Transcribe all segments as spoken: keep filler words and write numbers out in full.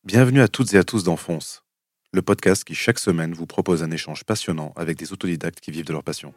Bienvenue à toutes et à tous dans Fonce, le podcast qui chaque semaine vous propose un échange passionnant avec des autodidactes qui vivent de leur passion.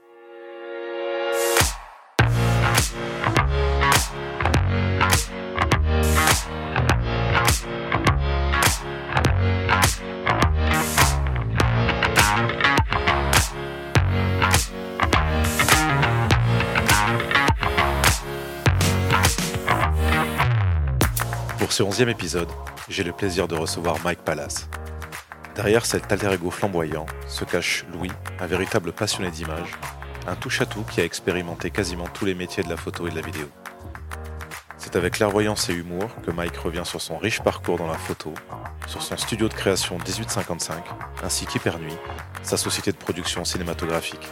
Pour ce onzième épisode, j'ai le plaisir de recevoir Mike Palace. Derrière cet alter ego flamboyant se cache Louis, un véritable passionné d'images, un touche-à-tout qui a expérimenté quasiment tous les métiers de la photo et de la vidéo. C'est avec clairvoyance et humour que Mike revient sur son riche parcours dans la photo, sur son studio de création dix-huit cinquante-cinq, ainsi qu'Hypernuit, sa société de production cinématographique.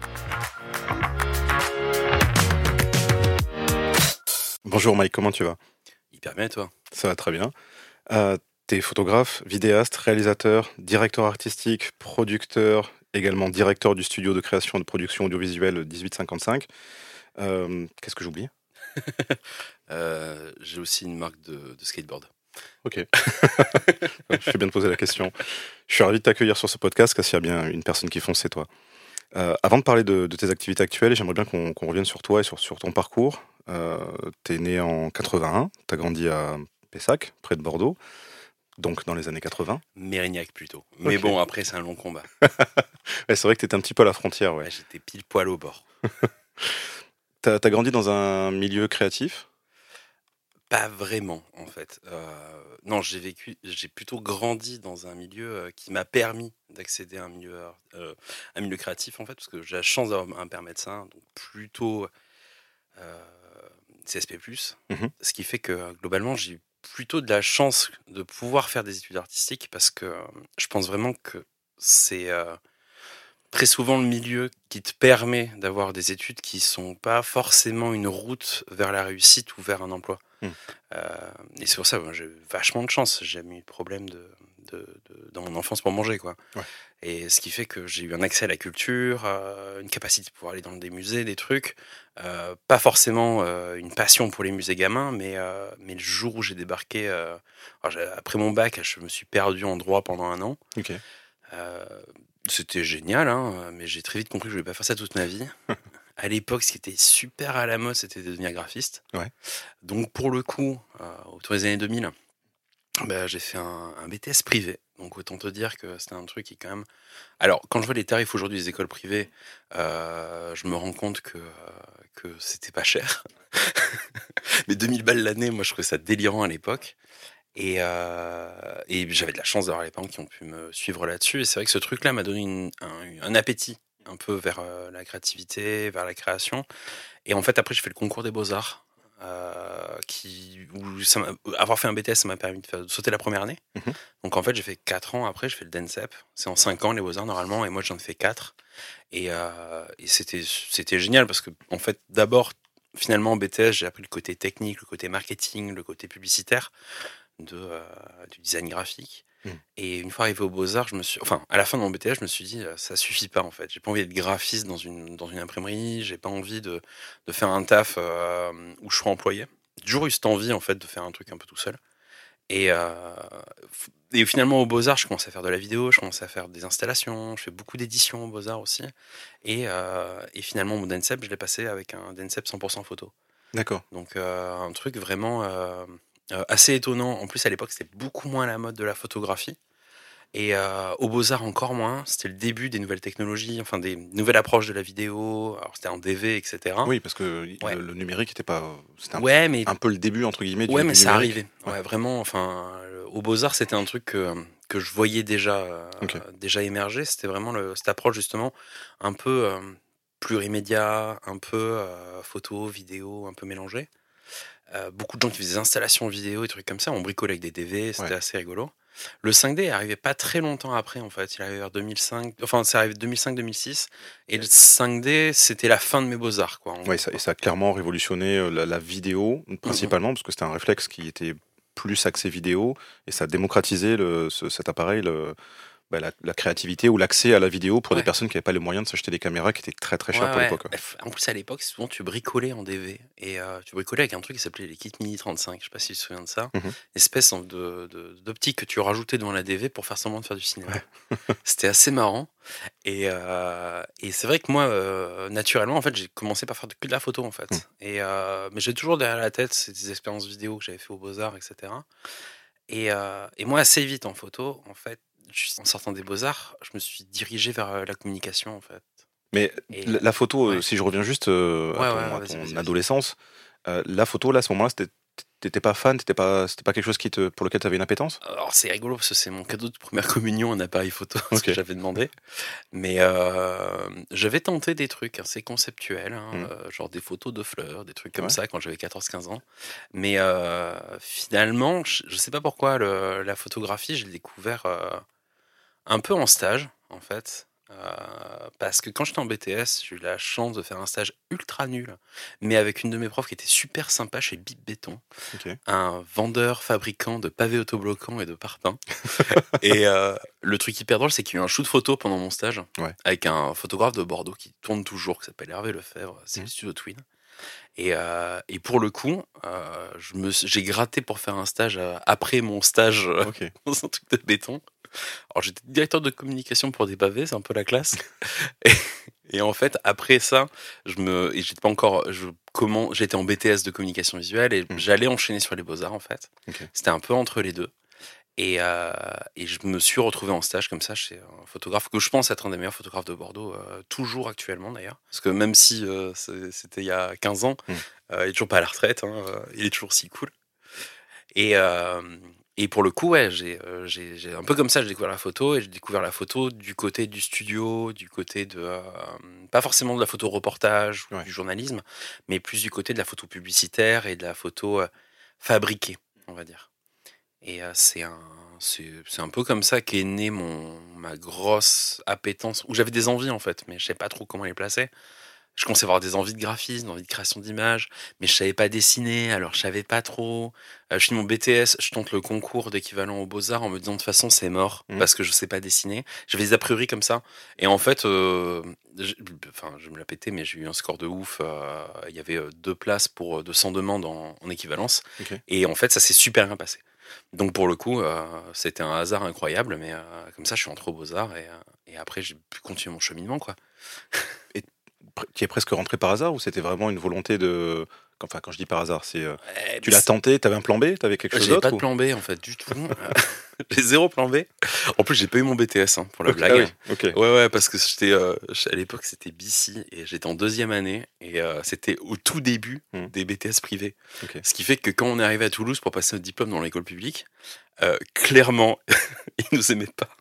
Bonjour Mike, comment tu vas ? Hyper bien, et toi ? Ça va très bien. Euh, t'es photographe, vidéaste, réalisateur, directeur artistique, producteur, également directeur du studio de création et de production audiovisuelle dix-huit cinquante-cinq. Euh, qu'est-ce que j'oublie ? euh, J'ai aussi une marque de, de skateboard. Ok. Je fais bien de poser la question. Je suis ravi de t'accueillir sur ce podcast, car s'il y a bien une personne qui fonce, c'est toi. Euh, avant de parler de, de tes activités actuelles, j'aimerais bien qu'on, qu'on revienne sur toi et sur, sur ton parcours. Euh, t'es né en quatre-vingt-un, t'as grandi à Pessac, près de Bordeaux, donc dans les années quatre-vingts. Mérignac plutôt. Mais Ok. bon, après, c'est un long combat. Ouais, c'est vrai que t'étais un petit peu à la frontière. Ouais. Ouais, j'étais pile poil au bord. T'as, t'as grandi dans un milieu créatif ? Pas vraiment, en fait. Euh, non, j'ai vécu, j'ai plutôt grandi dans un milieu euh, qui m'a permis d'accéder à un milieu, euh, un milieu créatif, en fait, parce que j'ai la chance d'avoir un père médecin, donc plutôt euh, C S P plus, Mhm. ce qui fait que globalement, j'ai eu plutôt de la chance de pouvoir faire des études artistiques, parce que euh, je pense vraiment que c'est euh, très souvent le milieu qui te permet d'avoir des études qui sont pas forcément une route vers la réussite ou vers un emploi. Mm. Euh, et c'est pour ça, moi, j'ai eu vachement de chance. J'ai jamais eu de problème de, de, de- dans mon enfance pour manger, quoi. Ouais. Et ce qui fait que j'ai eu un accès à la culture, euh, une capacité de pouvoir aller dans des musées, des trucs. Euh, pas forcément euh, une passion pour les musées gamins, mais, euh, mais le jour où j'ai débarqué, euh, alors, j'ai- après mon bac, je me suis perdu en droit pendant un an. Ok. Euh, C'était génial, hein, mais j'ai très vite compris que je voulais pas faire ça toute ma vie. À l'époque, ce qui était super à la mode, c'était de devenir graphiste. Ouais. Donc pour le coup, euh, autour des années deux mille, bah, j'ai fait un, un B T S privé. Donc autant te dire que c'était un truc qui quand même... Alors quand je vois les tarifs aujourd'hui des écoles privées, euh, je me rends compte que, euh, que c'était pas cher. Mais deux mille balles l'année, moi je trouvais ça délirant à l'époque. Et, euh, et j'avais de la chance d'avoir les parents qui ont pu me suivre là-dessus. Et c'est vrai que ce truc-là m'a donné une- un, un appétit un peu vers euh, la créativité, vers la création. Et en fait, après, j'ai fait le concours des beaux-arts. Euh, qui, où ça m'a- avoir fait un B T S, ça m'a permis de, faire- de sauter la première année. Mhm. Donc en fait, j'ai fait quatre ans. Après, j'ai fait le DENSEP. C'est en cinq ans, les beaux-arts, normalement. Et moi, j'en ai fait quatre. Et, euh, et c'était, c'était génial parce que, en fait, d'abord, finalement, en B T S, j'ai appris le côté technique, le côté marketing, le côté publicitaire de, euh, du design graphique. Mm. Et une fois arrivé aux Beaux-Arts, je me suis, enfin, à la fin de mon B T S, je me suis dit, euh, ça suffit pas en fait. J'ai pas envie d'être graphiste dans une, dans une imprimerie, j'ai pas envie de, de faire un taf euh, où je sois employé. J'ai toujours eu cette envie en fait de faire un truc un peu tout seul. Et, euh, et finalement, aux Beaux-Arts, je commence à faire de la vidéo, je commence à faire des installations, je fais beaucoup d'éditions aux Beaux-Arts aussi. Et, euh, et finalement, mon DENSEP, je l'ai passé avec un DENSEP cent pour cent photo. D'accord. Donc euh, un truc vraiment euh, euh, assez étonnant. En plus, à l'époque, c'était beaucoup moins la mode de la photographie. Et euh, aux Beaux-Arts, encore moins. C'était le début des nouvelles technologies, enfin des nouvelles approches de la vidéo. Alors, c'était en D V, et cetera. Oui, parce que Ouais. le, le numérique était pas... C'était un, Ouais, mais, un peu le début, entre guillemets, du, ouais, du mais ça numérique. arrivait. Ouais, vraiment. Enfin, le- aux Beaux-Arts, c'était un truc que, que je voyais déjà, euh, Ok. déjà émerger. C'était vraiment le, cette approche, justement, un peu euh, plurimédia, un peu euh, photo, vidéo, un peu mélangée. Euh, beaucoup de gens qui faisaient des installations vidéo et trucs comme ça, on bricolait avec des D V, c'était Ouais. assez rigolo. Le cinq D est arrivé pas très longtemps après en fait, il est arrivé vers deux mille cinq, enfin c'est arrivé deux mille cinq deux mille six, et le cinq D c'était la fin de mes beaux-arts quoi. en Ouais, gros, ça, et quoi. ça a clairement révolutionné euh, la, la vidéo, principalement, parce que c'était un réflexe qui était plus axé vidéo, et ça a démocratisé le, ce- cet appareil le- bah, la, la créativité ou l'accès à la vidéo pour Ouais. des personnes qui n'avaient pas les moyens de s'acheter des caméras qui étaient très très chères Ouais, pour ouais. l'époque. Ouais. F- En plus, à l'époque, souvent, tu bricolais en D V. Et euh, tu bricolais avec un truc qui s'appelait les kits Mini trente-cinq. Je sais pas si tu te souviens de ça. Mhm. Espèce en- de, de- d'optique que tu rajoutais devant la D V pour faire semblant de faire du cinéma. Ouais. C'était assez marrant. Et, euh, et c'est vrai que moi, euh, naturellement, en fait, j'ai commencé par faire que de la photo, en fait. Mm. Et, euh, mais j'ai toujours derrière la tête ces expériences vidéo que j'avais fait aux Beaux-Arts, et cetera. Et, euh, et moi, assez vite en photo, en fait, juste en sortant des Beaux-Arts, je me suis dirigé vers euh, la communication, en fait. Mais Et, la, la photo, euh, ouais. si je reviens juste euh, à Ouais, ton, ouais, à ouais, vas-y, ton vas-y, vas-y. adolescence, euh, la photo là, à ce moment-là, c'était- t'étais pas fan, t'étais pas, c'était pas quelque chose qui te, pour lequel tu avais une appétence? Alors, c'est rigolo parce que c'est mon cadeau de première communion, un appareil photo, ce Ok. que j'avais demandé. Mais euh, j'avais tenté des trucs assez conceptuels, hein, Mm. euh, genre des photos de fleurs, des trucs comme Ouais. ça quand j'avais quatorze quinze ans. Mais euh, finalement, je, je sais pas pourquoi le- la photographie, je l'ai découvert euh, un peu en stage, en fait. Euh, parce que quand j'étais en B T S, j'ai eu la chance de faire un stage ultra nul, mais avec une de mes profs qui était super sympa chez Bip Béton, Ok. un vendeur fabricant de pavés autobloquants et de parpaings. Et euh, le truc hyper drôle, c'est qu'il y a eu un shoot photo pendant mon stage Ouais. avec un photographe de Bordeaux qui tourne toujours, qui s'appelle Hervé Lefebvre, c'est Mhm. le studio Twin. Et, euh, et pour le coup, euh, je me, suis- j'ai gratté pour faire un stage euh, après mon stage euh, Ok. dans un truc de béton. Alors j'étais directeur de communication pour des pavés, c'est un peu la classe. Et, et en fait, après ça, je me, et j'étais pas encore, je, comment, j'étais en B T S de communication visuelle et Mhm. j'allais enchaîner sur les beaux-arts en fait. Ok. C'était un peu entre les deux. Et, euh, et je me suis retrouvé en stage comme ça chez un photographe que je pense être un des meilleurs photographes de Bordeaux, euh, toujours actuellement d'ailleurs. Parce que même si euh, c'est- c'était il y a quinze ans, Mm. euh, il est toujours pas à la retraite, hein, euh, il est toujours si cool. Et, euh, et pour le coup, ouais, j'ai, euh, j'ai, j'ai- un peu comme ça, j'ai découvert la photo et j'ai découvert la photo du côté du studio, du côté de, euh, pas forcément de la photo reportage ou Ouais. du journalisme, mais plus du côté de la photo publicitaire et de la photo euh, fabriquée, on va dire. Et euh, c'est un, c'est, c'est un peu comme ça qu'est née mon, ma grosse appétence, où j'avais des envies en fait, mais je sais pas trop comment les placer. Je commençais à avoir des envies de graphisme, envies de création d'images, mais je savais pas dessiner, alors je savais pas trop. Euh, je finis mon B T S, je tente le concours d'équivalent aux Beaux-Arts en me disant de toute façon c'est mort, Mhm. parce que je sais pas dessiner. J'avais des a priori comme ça. Et en fait, euh, j'ai- enfin, je me la pétais, mais j'ai eu un score de ouf. euh, Il y avait euh, deux places pour euh, deux cents demandes en, en équivalence. Ok. Et en fait, ça s'est super bien passé. Donc pour le coup, euh, c'était un hasard incroyable, mais euh, comme ça, je suis entré aux Beaux-Arts et, euh, et après, j'ai pu continuer mon cheminement, quoi. Pre- Qui est presque rentré par hasard ou c'était vraiment une volonté de. Enfin, quand je dis par hasard, c'est. euh, Eh, Tu mais l'as c'est- tenté, t'avais un plan B, t'avais quelque chose J'avais pas d'autre de ou... plan B en fait du tout. Euh, J'ai zéro plan B. En plus, j'ai pas eu mon B T S hein, pour la Ok. blague. Ah oui, ok. Ouais, ouais, parce que j'étais euh, à l'époque c'était B C et j'étais en deuxième année et euh, c'était au tout début Hmm. des B T S privés. Ok. Ce qui fait que quand on est arrivé à Toulouse pour passer notre diplôme dans l'école publique, euh, clairement, ils nous aimaient pas.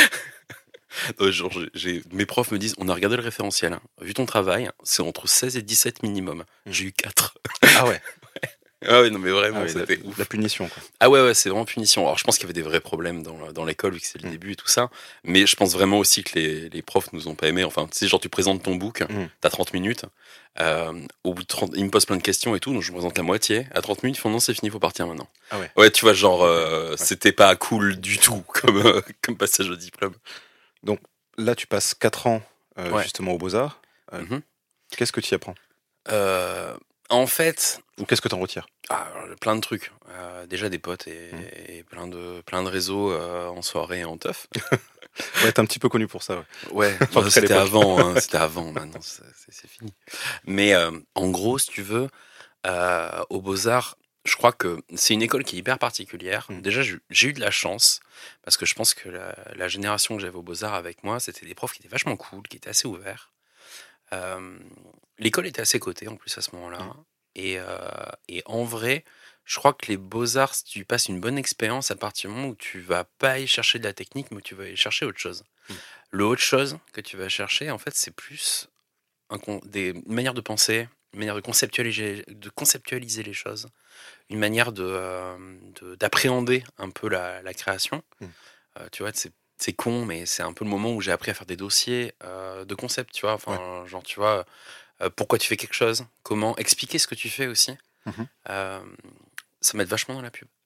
Euh, genre, j'ai- j'ai- mes profs me disent, on a regardé le référentiel, hein. Vu ton travail, c'est entre seize et dix-sept minimum. Hmm. J'ai eu quatre. Ah ouais. Ah ouais, non mais Ah vraiment, ouais, la, c'était ouf. la punition, quoi. Ah ouais, ouais, c'est vraiment punition. Alors je pense qu'il y avait des vrais problèmes dans, dans l'école, vu que c'est le Mm. début et tout ça. Mais je pense vraiment aussi que les, les profs nous ont pas aimés. Enfin, tu sais, genre tu présentes ton book, Mm. t'as trente minutes. Euh, au bout de trente, ils me posent plein de questions et tout, donc je me présente la moitié. À trente minutes, ils font non, c'est fini, faut partir maintenant. Ah ouais. Ouais, tu vois, genre, Ok, euh, ouais. c'était pas cool du tout comme, euh, comme passage au diplôme. Donc là, tu passes quatre ans euh, Ouais. justement aux Beaux-Arts. Euh, Mhm. Qu'est-ce que tu y apprends? Euh, en fait, Ou qu'est-ce que tu en retires? ah, alors, plein de trucs. Euh, déjà des potes et, Mm. et plein, de, plein de réseaux euh, en soirée et en teuf. Ouais, t'es un petit peu connu pour ça. Ouais. Ouais, En tout bah, cas, à c'était l'époque. avant, hein, c'était avant, maintenant c'est c'est- c'est fini. Mais euh, en gros, si tu veux, euh, aux Beaux-Arts, je crois que c'est une école qui est hyper particulière. Mm. Déjà, j'ai j'ai eu de la chance, parce que je pense que la, la génération que j'avais aux Beaux-Arts avec moi, c'était des profs qui étaient vachement cool, qui étaient assez ouverts. Euh, L'école était à ses côtés en plus à ce moment-là. Mm. Et, euh, et en vrai, je crois que les Beaux-Arts, si tu passes une bonne expérience à partir du moment où tu vas pas aller chercher de la technique, mais où tu vas aller chercher autre chose. Mm. Le autre chose que tu vas chercher, en fait, c'est plus un con- des, une manière de penser, une manière de conceptualiser, de conceptualiser les choses, une manière de, euh, de- d'appréhender un peu la, la création. Mm. Euh, tu vois, c'est, c'est con, mais c'est un peu le moment où j'ai appris à faire des dossiers euh, de concepts, tu vois. Enfin, genre, tu vois, euh, pourquoi tu fais quelque chose, comment expliquer ce que tu fais aussi. Mhm. Euh, ça m'aide vachement dans la pub.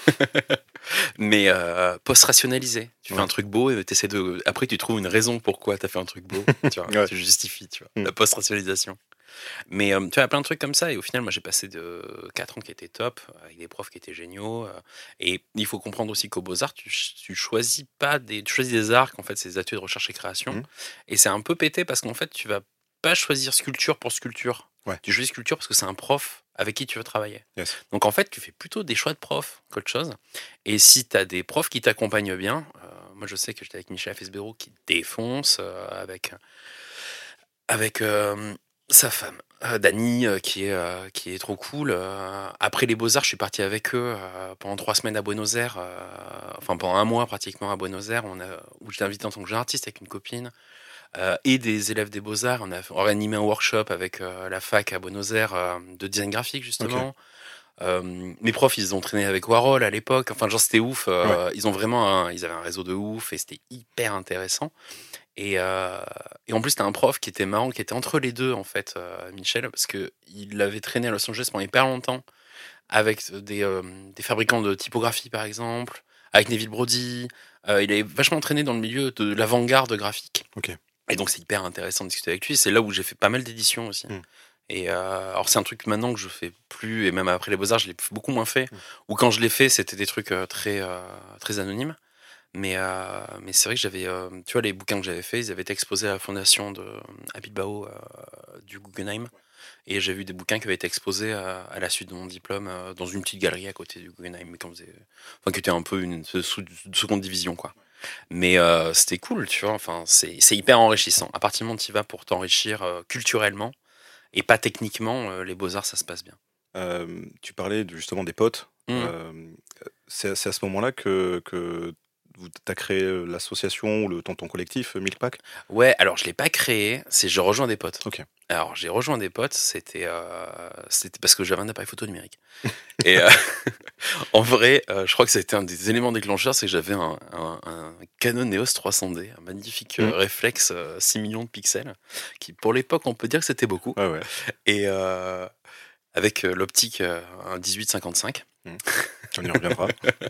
Mais euh, post-rationalisé. Tu fais Ouais. un truc beau et t'essaies de. Après, tu trouves une raison pourquoi t'as fait un truc beau. Tu vois, Ouais. tu justifies, tu vois, Mm. la post-rationalisation. Mais euh, tu vois, plein de trucs comme ça. Et au final, moi, j'ai passé de quatre ans qui étaient top, avec des profs qui étaient géniaux. euh, Et il faut comprendre aussi qu'au Beaux-Arts, tu, ch- tu choisis pas des. Tu choisis des arcs, en fait, c'est des ateliers de recherche et création. Mm. Et c'est un peu pété parce qu'en fait, tu vas pas choisir sculpture pour sculpture. Ouais. Tu choisis sculpture parce que c'est un prof avec qui tu veux travailler. Yes. Donc en fait, tu fais plutôt des choix de profs qu'autre chose. Et si tu as des profs qui t'accompagnent bien, euh, moi je sais que j'étais avec Michel Fesbero qui défonce, euh, avec, avec euh, sa femme, euh, Dani, euh, qui, est, euh, qui est trop cool. Euh, après les Beaux-Arts, je suis parti avec eux euh, pendant trois semaines à Buenos Aires, euh, enfin pendant un mois pratiquement à Buenos Aires, on a, où j'étais invité en tant que jeune artiste avec une copine. Euh, et des élèves des Beaux-Arts. On a, on a animé un workshop avec euh, la fac à Buenos Aires euh, de design graphique, justement. Okay. Euh, mes profs, ils ont traîné avec Warhol à l'époque. Enfin, genre, c'était ouf. Euh, ouais. Ils ont vraiment un, ils avaient un réseau de ouf et c'était hyper intéressant. Et, euh, et en plus, t'as un prof qui était marrant, qui était entre les deux, en fait, euh, Michel, parce qu'il avait traîné à Los Angeles pendant hyper longtemps avec des, euh, des fabricants de typographie, par exemple, avec Neville Brody. Euh, il est vachement traîné dans le milieu de l'avant-garde graphique. Ok. Et donc, c'est hyper intéressant de discuter avec lui. C'est là où j'ai fait pas mal d'éditions aussi. Mm. Et euh, alors, c'est un truc maintenant que je fais plus, et même après les Beaux-Arts, je l'ai beaucoup moins fait. Mm. Ou quand je l'ai fait, c'était des trucs euh, très, euh, très anonymes. Mais, euh, mais c'est vrai que j'avais, euh, tu vois, les bouquins que j'avais faits, ils avaient été exposés à la fondation de, à Bilbao, euh, du Guggenheim. Et j'ai vu des bouquins qui avaient été exposés à, à la suite de mon diplôme euh, dans une petite galerie à côté du Guggenheim, mais faisait, enfin, qui était un peu une, une seconde division, quoi. Mais euh, c'était cool, tu vois. Enfin, c'est, c'est hyper enrichissant. À partir du moment où tu y vas pour t'enrichir euh, culturellement et pas techniquement, euh, les Beaux-Arts, ça se passe bien. Euh, tu parlais de, justement des potes. Mmh. Euh, c'est, c'est à ce moment-là que, que tu as créé l'association ou le, ton, ton collectif Milkpack ? Ouais, alors je ne l'ai pas créé, c'est je rejoins des potes. Ok. Alors j'ai rejoint des potes, c'était, euh, c'était parce que j'avais un appareil photo numérique. Et euh, en vrai, euh, je crois que ça a été un des éléments déclencheurs, c'est que j'avais un, un, un Canon E O S trois cents D, un magnifique mmh. euh, réflexe euh, six millions de pixels, qui pour l'époque on peut dire que c'était beaucoup. Ah ouais. Et euh, avec euh, l'optique euh, un dix-huit cinquante-cinq. Mmh. On y reviendra.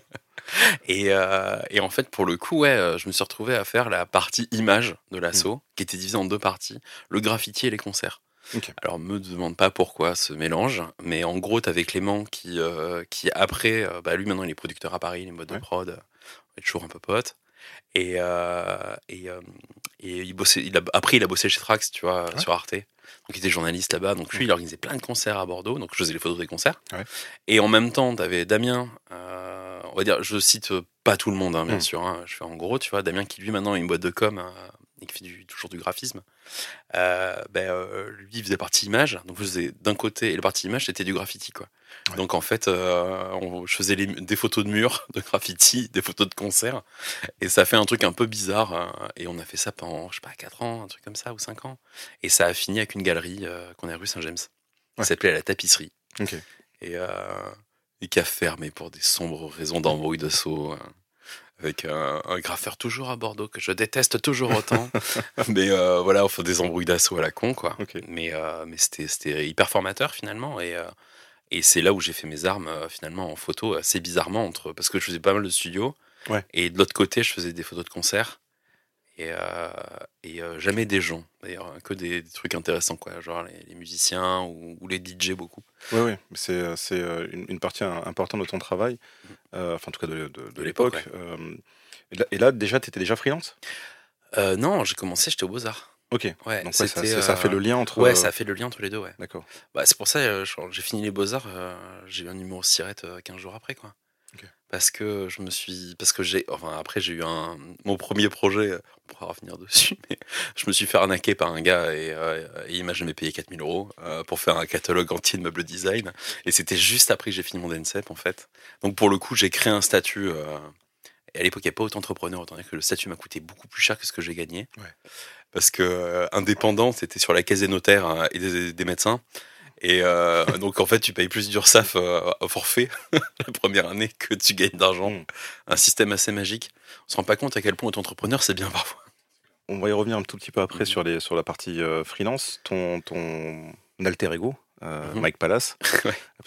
Et, euh, et en fait, pour le coup, ouais, je me suis retrouvé à faire la partie image de l'assaut, mmh. qui était divisée en deux parties, le graffiti et les concerts. Okay. Alors, me demande pas pourquoi ce mélange, mais en gros, t'avais Clément qui, euh, qui après, euh, bah lui maintenant il est producteur à Paris, les modes ouais. de prod, euh, on est toujours un peu pote. Et, euh, et, euh, et il bossait, il a, après, il a bossé chez Trax, tu vois, ouais. sur Arte. Donc, il était journaliste là-bas. Donc, lui, ouais. il organisait plein de concerts à Bordeaux. Donc, je faisais les photos des concerts. Ouais. Et en même temps, t'avais Damien, euh, on va dire, je cite pas tout le monde, hein, bien mmh. sûr. Hein, je fais en gros, tu vois, Damien qui, lui, maintenant, a une boîte de com euh, et qui fait du, toujours du graphisme. Euh, ben, euh, lui, il faisait partie image. Donc, je faisais d'un côté, et la partie image, c'était du graffiti, quoi. Ouais. Donc, en fait, euh, on, je faisais les, des photos de murs, de graffiti, des photos de concerts. Et ça fait un truc un peu bizarre. Euh, et on a fait ça pendant, je sais pas, quatre ans, un truc comme ça, ou cinq ans. Et ça a fini avec une galerie euh, qu'on a rue Saint-James. Ouais. Ça s'appelait La Tapisserie. Okay. Et, euh, et qui a fermé pour des sombres raisons d'embrouille de saut. Euh, avec un, un graffeur toujours à Bordeaux que je déteste toujours autant. Mais euh, voilà, on fait des embrouilles d'assaut à la con, quoi. Okay. Mais, euh, mais c'était, c'était hyper formateur, finalement. Et, euh, et c'est là où j'ai fait mes armes, euh, finalement, en photo, assez bizarrement. Entre, parce que je faisais pas mal de studios. Ouais. Et de l'autre côté, je faisais des photos de concerts. Et, euh, et euh, jamais des gens, d'ailleurs, que des, des trucs intéressants, quoi. Genre les, les musiciens ou, ou les D J, beaucoup. Oui, oui, c'est, c'est une, une partie importante de ton travail, euh, enfin en tout cas de, de, de, de l'époque. l'époque ouais. euh, et, là, et là, déjà, tu étais déjà freelance ? euh, Non, j'ai commencé, j'étais aux Beaux-Arts. Ok, ouais, donc ouais, ça, euh... ça a fait le lien entre... Ouais, ça a fait le lien entre les deux, ouais. D'accord. Bah, c'est pour ça, euh, j'ai fini les Beaux-Arts, euh, j'ai eu un numéro Sirette euh, quinze jours après, quoi. Okay. Parce que je me suis... Parce que j'ai... Enfin, après, j'ai eu un... Mon premier projet, on pourra revenir dessus, mais je me suis fait arnaquer par un gars et, euh, et il m'a jamais payé quatre mille euros euh, pour faire un catalogue entier de meubles design. Et c'était juste après que j'ai fini mon D N C E P, en fait. Donc, pour le coup, j'ai créé un statut... Euh, et à l'époque, il n'y avait pas autant d'entrepreneurs, autant que le statut m'a coûté beaucoup plus cher que ce que j'ai gagné. Ouais. Parce que euh, indépendant, c'était sur la caisse des notaires euh, et des, des médecins. Et euh, donc, en fait, tu payes plus d'URSSAF euh, au forfait la première année que tu gagnes d'argent. Mmh. Un système assez magique. On se rend pas compte à quel point être entrepreneur, c'est bien parfois. On va y revenir un tout petit peu après mmh. sur, les, sur la partie euh, freelance. Ton, ton alter ego, euh, mmh. Mike Palace. Ouais. Parce que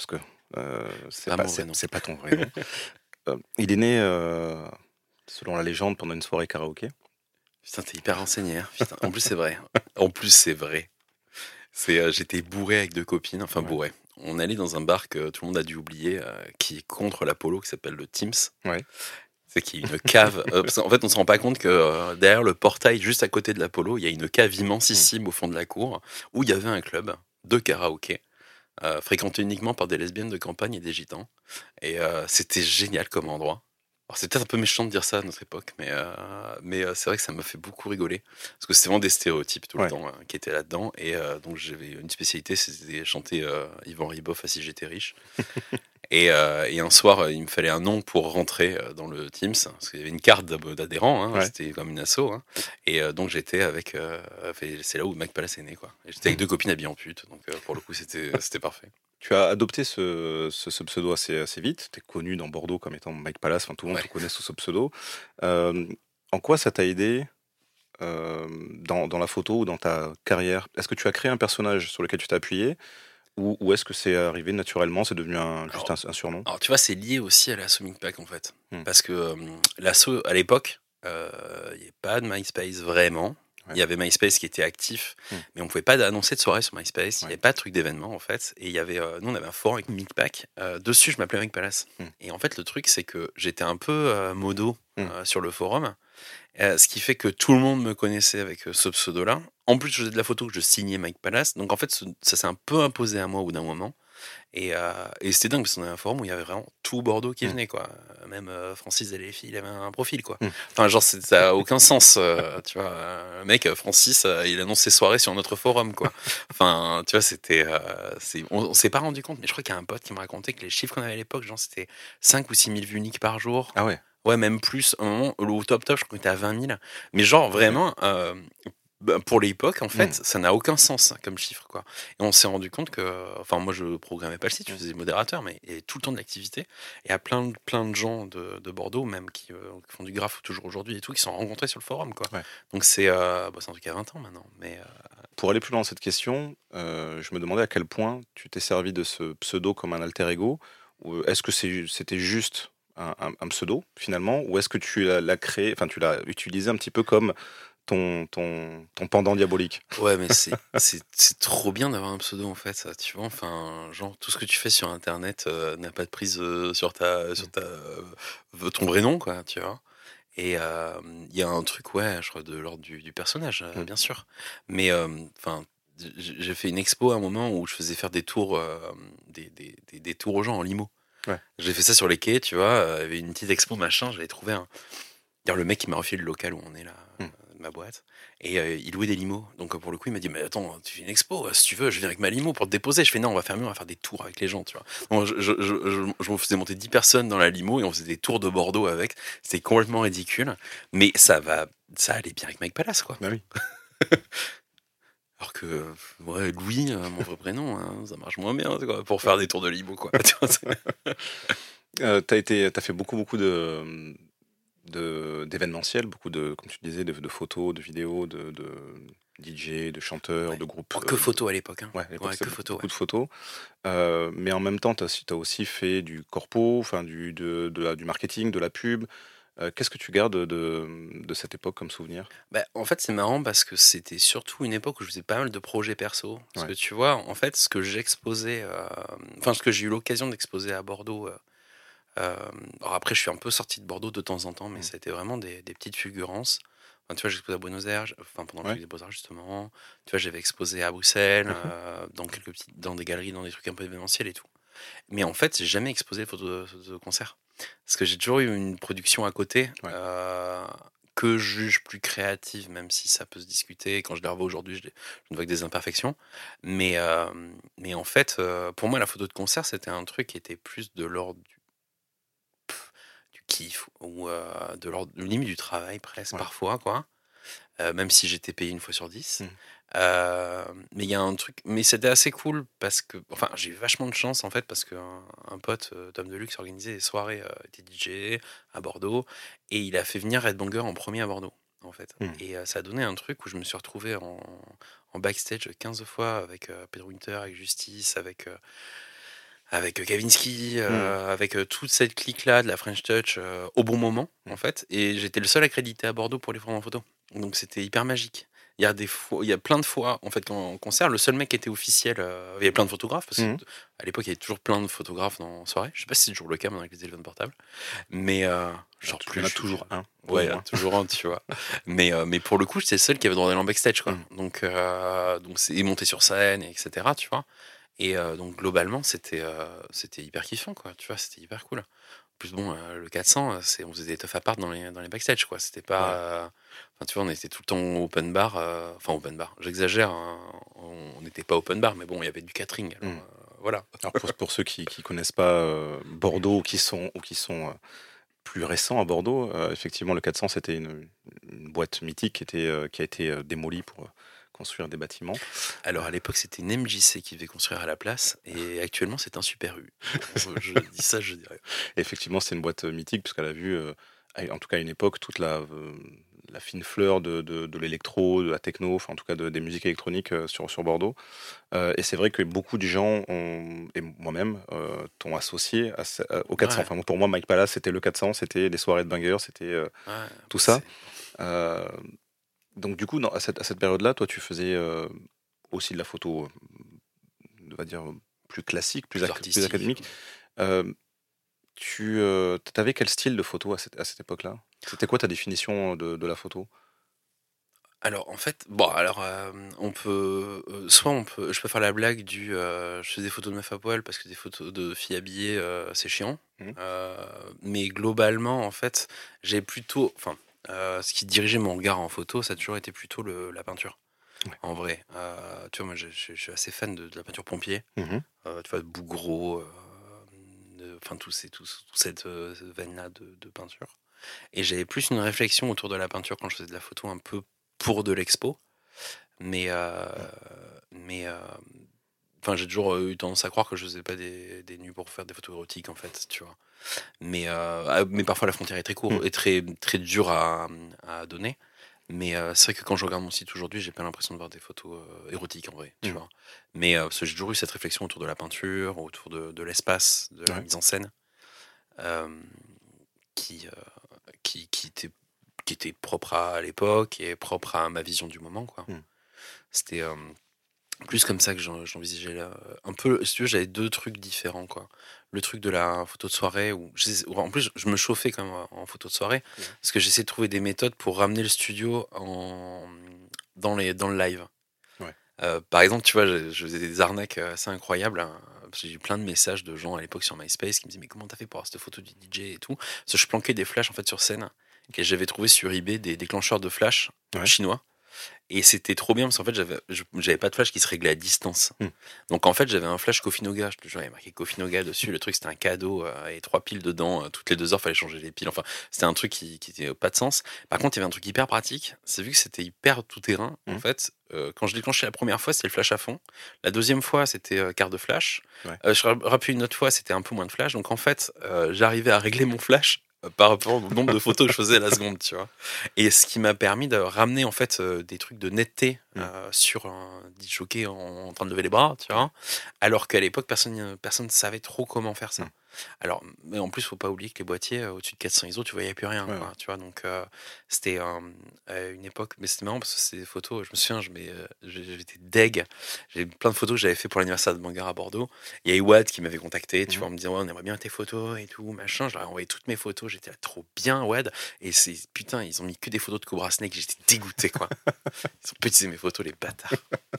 Euh, c'est Pas pas, mon vrai c'est, nom. c'est pas ton vrai nom. Euh, il est né, euh, selon la légende, pendant une soirée karaoké. Putain, t'es hyper renseigné. Hein. Putain. En plus, c'est vrai. En plus, c'est vrai. C'est, euh, j'étais bourré avec deux copines, enfin Ouais. bourré. On allait dans un bar que tout le monde a dû oublier, euh, qui est contre l'Apollo, qui s'appelle le Teams. Ouais. C'est qu'il y a une cave. euh, parce qu'en fait, on se rend pas compte que euh, derrière le portail, juste à côté de l'Apollo, il y a une cave immensissime au fond de la cour où il y avait un club de karaoké, euh, fréquenté uniquement par des lesbiennes de campagne et des gitans. Et euh, c'était génial comme endroit. Alors c'est peut-être un peu méchant de dire ça à notre époque, mais, euh, mais euh, c'est vrai que ça m'a fait beaucoup rigoler. Parce que c'était vraiment des stéréotypes tout le Ouais. temps euh, qui étaient là-dedans. Et euh, donc j'avais une spécialité, c'était chanter euh, Yvan Riboff à Si j'étais riche. Et, euh, et un soir, euh, il me fallait un nom pour rentrer euh, dans le Teams, parce qu'il y avait une carte d'ab- d'adhérent, hein, Ouais. c'était comme une asso. Hein. Et euh, donc j'étais avec, euh, fait- c'est là où Mike Palace est né, quoi. Et j'étais avec deux copines habillées en pute, donc euh, pour le coup c'était c'était parfait. Tu as adopté ce, ce, ce pseudo assez, assez vite. Tu es connu dans Bordeaux comme étant Mike Palace. Enfin, tout le monde Ouais. te connaît sous ce pseudo. Euh, en quoi ça t'a aidé euh, dans, dans la photo ou dans ta carrière? Est-ce que tu as créé un personnage sur lequel tu t'es appuyé ou, ou est-ce que c'est arrivé naturellement? C'est devenu un, juste Alors, un, un surnom? alors tu vois, c'est lié aussi à l'asso Micpac en fait. Hmm. Parce que euh, l'asso, à l'époque, euh, il n'y avait pas de MySpace vraiment. Ouais. Il y avait MySpace qui était actif, Hmm. mais on pouvait pas annoncer de soirée sur MySpace. Il n'y Ouais. avait pas de truc d'événement en fait. Et il y avait, euh, nous on avait un forum avec Micpac. Euh, dessus, je m'appelais Mike Palace. Hmm. Et en fait, le truc, c'est que j'étais un peu euh, modo Hmm. euh, sur le forum. Euh, ce qui fait que tout le monde me connaissait avec euh, ce pseudo-là. En plus, je faisais de la photo que je signais Mike Palace. Donc en fait, ce- ça s'est un peu imposé à moi au bout d'un moment. Et, euh, et c'était dingue parce qu'on avait un forum où il y avait vraiment tout Bordeaux qui Mm. venait, quoi. Euh, Même euh, Francis et les filles, il avait un profil, quoi. Mm. Enfin, genre, c'est- ça a aucun sens, euh, tu vois. Euh, Le mec, euh, Francis, euh, il annonce ses soirées sur notre forum, quoi. Enfin, tu vois, c'était. euh, c'est- on, on s'est pas rendu compte, mais je crois qu'il y a un pote qui me racontait que les chiffres qu'on avait à l'époque, genre, c'était cinq ou six mille vues uniques par jour. Ah ouais. Ouais, même plus. À un moment, au top top, je crois qu'on était à vingt mille. Mais genre, vraiment, euh, bah, pour l'époque, en fait, Mm. ça n'a aucun sens comme chiffre, quoi. Et on s'est rendu compte que, enfin, moi, je programmais pas le site, je faisais modérateur, mais il y avait tout le temps de l'activité. Et il y a plein, de- plein de gens de, de Bordeaux, même, qui, euh, qui font du graphe toujours aujourd'hui et tout, qui se sont rencontrés sur le forum, quoi. Ouais. Donc c'est, euh, bah, c'est un truc à vingt ans maintenant. Mais euh, Pour aller plus loin dans cette question, euh, je me demandais à quel point tu t'es servi de ce pseudo comme un alter ego. Ou est-ce que c'est, c'était juste un, un- un pseudo finalement, ou est-ce que tu l'as, l'as créé, enfin tu l'as utilisé un petit peu comme ton, ton, ton pendant diabolique? ouais, mais c'est, c'est, c'est trop bien d'avoir un pseudo, en fait, ça, tu vois. Enfin, genre, tout ce que tu fais sur Internet euh, n'a pas de prise euh, sur ta, sur ta, euh, ton vrai nom, quoi, tu vois. Et euh, il y a un truc, ouais, je crois, de l'ordre du, du personnage, euh, Mm. bien sûr. Mais, euh, enfin, j- j'ai fait une expo à un moment où je faisais faire des tours, euh, des, des, des, des tours aux gens en limo. Ouais. J'ai fait ça sur les quais, tu vois. euh, Il y avait une petite expo, machin. J'avais trouvé un. D'ailleurs, le mec qui m'a refilé le local où on est là, Mm. euh, ma boîte. Et euh, il louait des limos. Donc, euh, pour le coup, il m'a dit, mais attends, tu fais une expo, euh, si tu veux, je viens avec ma limo pour te déposer. Je fais, non, on va faire mieux, on va faire des tours avec les gens, tu vois. Donc, je, je, je, je, je me faisais monter dix personnes dans la limo et on faisait des tours de Bordeaux avec. C'était complètement ridicule. Mais ça va, ça allait bien avec Mike Palace, quoi. Bah oui. Alors que, euh, ouais, Louis, euh, mon vrai prénom, hein, ça marche moins bien, quoi, pour faire des tours de limo, quoi. Tu vois, c'est- Euh, t'as été, t'as fait beaucoup beaucoup de, de d'événementiel, beaucoup de, comme tu disais, de, de photos, de vidéos, de, de D J, de chanteurs, ouais. de groupes. Oh, euh, que de- photo à l'époque, hein. Ouais, à l'époque, Ouais, c'était que beaucoup, photo, beaucoup ouais. de photos. Euh, mais en même temps, tu as aussi fait du corpo, enfin du, de, de la- du marketing, de la pub. Euh, Qu'est-ce que tu gardes de, de, de cette époque comme souvenir? Bah, en fait, c'est marrant parce que c'était surtout une époque où je faisais pas mal de projets perso. Parce Ouais. que tu vois, en fait, ce que j'exposais, euh, enfin, ce que j'ai eu l'occasion d'exposer à Bordeaux. euh, euh, alors après, je suis un peu sorti de Bordeaux de temps en temps, mais Mm. ça a été vraiment des, des petites fulgurances. Enfin, tu vois, j'ai exposé à Buenos Aires, j- enfin, pendant le Ouais. truc des Beaux-Arts, justement. Tu vois, j'avais exposé à Bruxelles, euh, dans quelques petites, dans des galeries, dans des trucs un peu événementiels et tout. Mais en fait, j'ai jamais exposé de photos de, de concert. Parce que j'ai toujours eu une production à côté Ouais. euh, que je juge plus créative, même si ça peut se discuter. Quand je les revois aujourd'hui, je, les- je ne vois que des imperfections. Mais, euh, mais en fait, euh, pour moi, la photo de concert, c'était un truc qui était plus de l'ordre du, du kiff ou euh, de l'ordre limite du travail presque Ouais. parfois, quoi. Euh, même si j'étais payé une fois sur dix. Mm. Euh, mais il y a un truc, mais c'était assez cool parce que, enfin, j'ai eu vachement de chance en fait parce qu'un un pote, euh, Tom Deluxe, organisait des soirées, euh, était D J à Bordeaux et il a fait venir Red Banger en premier à Bordeaux en fait. Mm. Et euh, ça a donné un truc où je me suis retrouvé en, en backstage quinze fois avec euh, Pedro Winter, avec Justice, avec, euh, avec euh, Kavinsky, Hmm. euh, avec euh, toute cette clique-là de la French Touch euh, au bon moment, en Hmm. fait. Et j'étais le seul accrédité à Bordeaux pour les prendre en photo. Donc c'était hyper magique. Il y a des fois, il y a plein de fois, en fait, qu'en concert, le seul mec qui était officiel, euh, il y avait plein de photographes, parce que Hmm. à l'époque, il y avait toujours plein de photographes dans la soirée. Je sais pas si c'est toujours le cas maintenant avec les téléphones portables, mais euh, Alors, genre il y en plus a je suis vieux. toujours un, au Ouais, euh, moins. toujours un, tu vois. Mais, euh, mais pour le coup, j'étais le seul qui avait droit d'aller en backstage, quoi. Hmm. Donc, euh, donc c'est et monter sur scène, et etc. Tu vois. Et euh, donc globalement, c'était euh, c'était hyper kiffant, quoi. Tu vois, c'était hyper cool. En plus, bon, euh, le quatre cents, euh, c'est, on faisait des teufs à part dans les, dans les backstage, quoi. C'était pas. Ouais. euh, Enfin, tu vois, on était tout le temps au open bar. euh, Enfin, open bar. J'exagère, hein, on n'était pas open bar, mais bon, il y avait du catering. Alors, Hmm. euh, voilà. Alors pour, pour ceux qui ne connaissent pas euh, Bordeaux ou qui sont, ou qui sont euh, plus récents à Bordeaux, euh, effectivement le quatre cents c'était une, une boîte mythique qui, était, euh, qui a été euh, démolie pour euh, construire des bâtiments. Alors, Euh, à l'époque, c'était une M J C qui devait construire à la place, et actuellement, c'est un Super U. Bon, je dis ça, je dirais. effectivement c'est une boîte euh, mythique puisqu'elle a vu, euh, à- en tout cas à une époque, toute la, euh, la fine fleur de, de, de l'électro, de la techno, enfin en tout cas de- des musiques électroniques euh, sur, sur Bordeaux. Euh, et c'est vrai que beaucoup de gens, ont, et moi-même, euh, t'ont associé à ce- à- au quatre cents. Ouais, Enfin, pour moi, Mike Palace, c'était le quatre cents, c'était les soirées de bangers, c'était euh, ouais, bah, tout ça. c'est Euh, donc du coup, dans- à cette, à cette période-là, toi, tu faisais euh, aussi de la photo, euh, on va dire, plus classique, plus, plus ac- plus artistique. académique. Euh, tu euh, avais quel style de photo à cette, à cette époque-là? C'était quoi ta définition de, de la photo? Alors en fait, bon alors euh, on peut euh, soit on peut je peux faire la blague du euh, je fais des photos de meufs à poil parce que des photos de filles habillées euh, c'est chiant. Mhm. Euh, mais globalement en fait j'ai plutôt enfin euh, ce qui dirigeait mon regard en photo ça a toujours été plutôt le, la peinture Ouais. en vrai. Euh, tu vois moi je, je- je suis assez fan de, de la peinture pompier. Mhm. Euh, tu vois de Bouguereau, euh, de- enfin tous ces tous toute cette euh, veine là de, de peinture. Et j'avais plus une réflexion autour de la peinture quand je faisais de la photo un peu pour de l'expo. Mais, euh, mais euh, enfin, j'ai toujours eu tendance à croire que je faisais pas des, des nus pour faire des photos érotiques, en fait, tu vois. Mais, euh, ah, mais parfois, la frontière est très Mhm. courte et très, très dure à, à donner. Mais euh, c'est vrai que quand je regarde mon site aujourd'hui, j'ai pas l'impression de voir des photos euh, érotiques, en vrai, tu Mhm. vois. Mais euh, parce que j'ai toujours eu cette réflexion autour de la peinture, autour de, de l'espace, de la Ouais. mise en scène, euh, qui, euh, qui, qui était qui était propre à l'époque et propre à ma vision du moment, quoi. Mhm. C'était euh, plus comme ça que j'en- j'envisageais là. Un peu, si tu veux, j'avais deux trucs différents, quoi. Le truc de la photo de soirée, où, j'essa- où en plus je me chauffais quand même en photo de soirée, Mhm. parce que j'essayais de trouver des méthodes pour ramener le studio en, dans, les, dans le live. Ouais. Euh, par exemple, tu vois, je, je faisais des arnaques euh, assez incroyables, hein, parce que j'ai eu plein de messages de gens à l'époque sur MySpace qui me disaient mais comment t'as fait pour avoir cette photo du D J et tout. Parce que je planquais des flashs en fait sur scène et j'avais trouvé sur eBay des déclencheurs de flash Ouais. chinois. Et c'était trop bien parce qu'en fait, j'avais, je- j'avais pas de flash qui se réglait à distance. Mhm. Donc en fait, j'avais un flash Kofinoga. Je te jure, il y avait marqué Kofinoga dessus. Le truc, c'était un cadeau euh, et trois piles dedans. Euh, toutes les deux heures, fallait changer les piles. Enfin, c'était un truc qui, qui était pas de sens. Par contre, il y avait un truc hyper pratique. C'est vu que c'était hyper tout terrain. En Mhm. fait, euh, quand je déclenchais la première fois, c'était le flash à fond. La deuxième fois, c'était euh, quart de flash. Ouais. Euh, je rappelais une autre fois, c'était un peu moins de flash. Donc en fait, euh, j'arrivais à régler mon flash euh, par rapport au nombre de photos que je faisais à la seconde, tu vois. Et ce qui m'a permis de ramener en fait euh, des trucs de netteté Mhm. euh, sur un disjockey en, en train de lever les bras, tu Ouais. vois. Alors qu'à l'époque, personne euh, personne ne savait trop comment faire ça. Mhm. Alors, mais en plus, faut pas oublier que les boîtiers euh, au-dessus de quatre cents I S O, tu voyais plus rien, Ouais, ouais. quoi, tu vois. Donc, euh, c'était euh, euh, une époque, mais c'était marrant parce que c'est des photos. Je me souviens, je mets, euh, j'ai- j'étais deg. J'ai plein de photos que j'avais fait pour l'anniversaire de Bangar à Bordeaux. Il y a Iwad qui m'avait contacté, tu Mhm. vois, en me disant ouais, on aimerait bien tes photos et tout, machin. Je leur ai envoyé toutes mes photos. J'étais là trop bien, Wad. Et c'est putain, ils ont mis que des photos de Cobra Snake. J'étais dégoûté, quoi. Ils ont pétisé mes photos, les bâtards.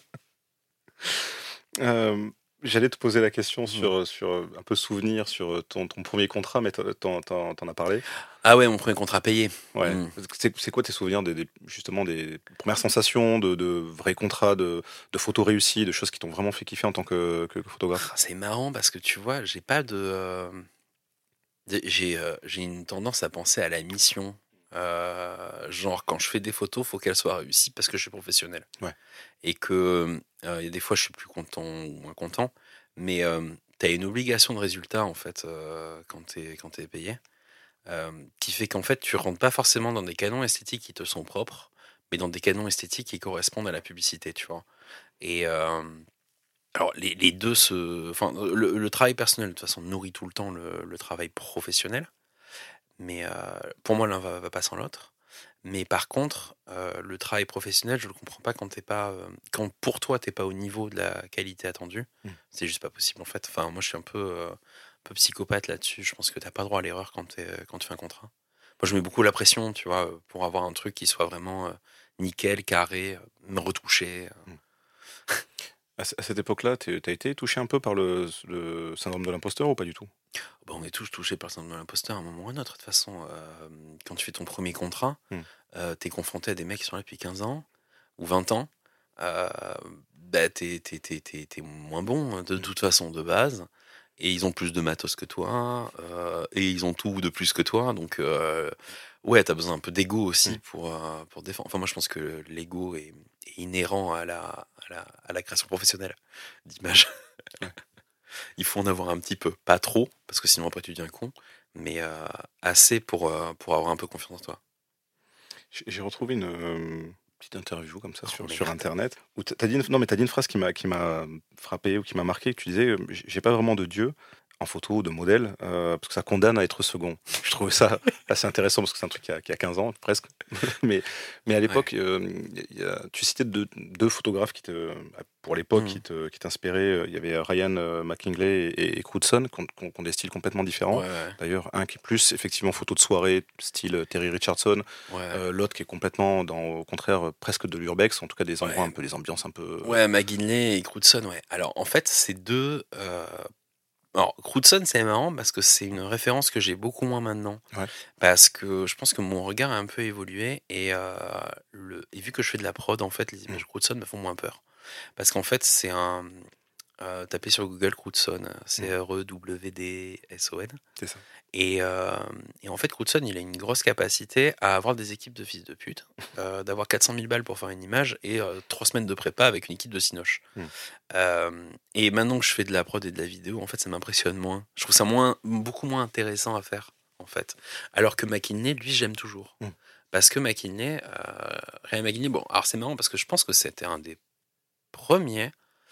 Euh, J'allais te poser la question Mhm. sur, sur euh, un peu souvenir sur ton, ton premier contrat, mais t'en, t'en- t'en- t'en as parlé. Ah ouais, mon premier contrat payé. Ouais. Mhm. C'est, c'est quoi tes souvenirs des, des- justement des premières sensations de, de vrais contrats, de, de photos réussies, de choses qui t'ont vraiment fait kiffer en tant que, que- que photographe? C'est marrant parce que tu vois, j'ai pas de. euh, J'ai euh, j'ai une tendance à penser à la mission. Euh, genre, quand je fais des photos, faut qu'elles soient réussies parce que je suis professionnel. Ouais. Et que euh, il y a des fois, je suis plus content ou moins content, mais euh, tu as une obligation de résultat en fait euh, quand tu es, quand t'es payé, euh, qui fait qu'en fait, tu rentres pas forcément dans des canons esthétiques qui te sont propres, mais dans des canons esthétiques qui correspondent à la publicité, tu vois. Et, euh, Alors les, les deux se, enfin le, le travail personnel de toute façon nourrit tout le temps le, le travail professionnel, mais euh, pour moi l'un va, va pas sans l'autre. Mais par contre, euh, le travail professionnel, je le comprends pas quand t'es pas, euh, quand pour toi t'es pas au niveau de la qualité attendue, Mm. c'est juste pas possible en fait. Enfin moi je suis un peu, euh, un peu psychopathe là-dessus. Je pense que t'as pas droit à l'erreur quand t'es, quand tu fais un contrat. Moi je mets beaucoup la pression, tu vois, euh, pour avoir un truc qui soit vraiment euh, nickel, carré, euh, retouché. euh. Mm. À, c- à cette époque-là, tu as été touché un peu par le, le syndrome de l'imposteur ou pas du tout? Bah, on est tous touchés par le syndrome de l'imposteur à un moment ou à un autre. De toute façon, euh, quand tu fais ton premier contrat, Mm. euh, t'es confronté à des mecs qui sont là depuis quinze ans ou vingt ans. Euh, bah, t'es, t'es, t'es, t'es- t'es moins bon hein, de Mm. toute façon de base. Et ils ont plus de matos que toi. euh, et ils ont tout de plus que toi. Donc, euh, ouais, t'as besoin un peu d'ego aussi Mm. pour, euh, pour défendre. Enfin, moi, je pense que l'ego est, est inhérent à la, à, la, à la création professionnelle d'image. Ouais. Il faut en avoir un petit peu. Pas trop, parce que sinon après tu deviens con, mais euh, assez pour, euh, pour avoir un peu confiance en toi. J'ai j'ai retrouvé une euh, petite interview comme ça Oh sur, sur merde. Internet où t'as t'as dit une, non mais t'as dit une phrase qui m'a qui m'a frappé ou qui m'a marqué. Que tu disais, euh, j'ai j'ai pas vraiment de Dieu en photo ou de modèle euh, parce que ça condamne à être second. Je trouvais ça assez intéressant parce que c'est un truc qui a, qui a quinze ans presque. mais mais à Ouais. l'époque, euh, y a- tu citais deux, deux photographes qui te pour l'époque qui Mhm. te qui t'inspiraient. Il y avait Ryan euh, McKinley et, et Crutzen qui ont, qui ont- qui ont des styles complètement différents. Ouais, ouais, D'ailleurs, un qui est plus effectivement photo de soirée, style Terry Richardson, ouais. euh, l'autre qui est complètement, dans, au contraire, euh, presque de l'urbex, en tout cas des endroits Ouais, un peu, des ambiances un peu. ouais, McGinley et Crutzen, ouais. Alors, en fait, ces deux. euh, Alors, Crutzen, c'est marrant parce que c'est une référence que j'ai beaucoup moins maintenant. euh, Ouais. Parce que je pense que mon regard a un peu évolué et, euh, le... et vu que je fais de la prod, en fait, les Mm. images Crutzen me font moins peur. Parce qu'en fait, c'est un. Euh, tapez sur Google Crutzen, Mm. C R E W D S O N. C'est ça. Et, euh, et en fait, Crutzen, il a une grosse capacité à avoir des équipes de fils de pute, euh, d'avoir quatre cent mille balles pour faire une image et euh, trois semaines de prépa avec une équipe de cinoche. Mm. Euh, et maintenant que je fais de la prod et de la vidéo, en fait, ça m'impressionne moins. Je trouve ça moins, beaucoup moins intéressant à faire, en fait. Alors que McKinley, lui, j'aime toujours. Mm. Parce que McKinley, euh, Ryan McKinley, bon, alors c'est marrant parce que je pense que c'était un des premiers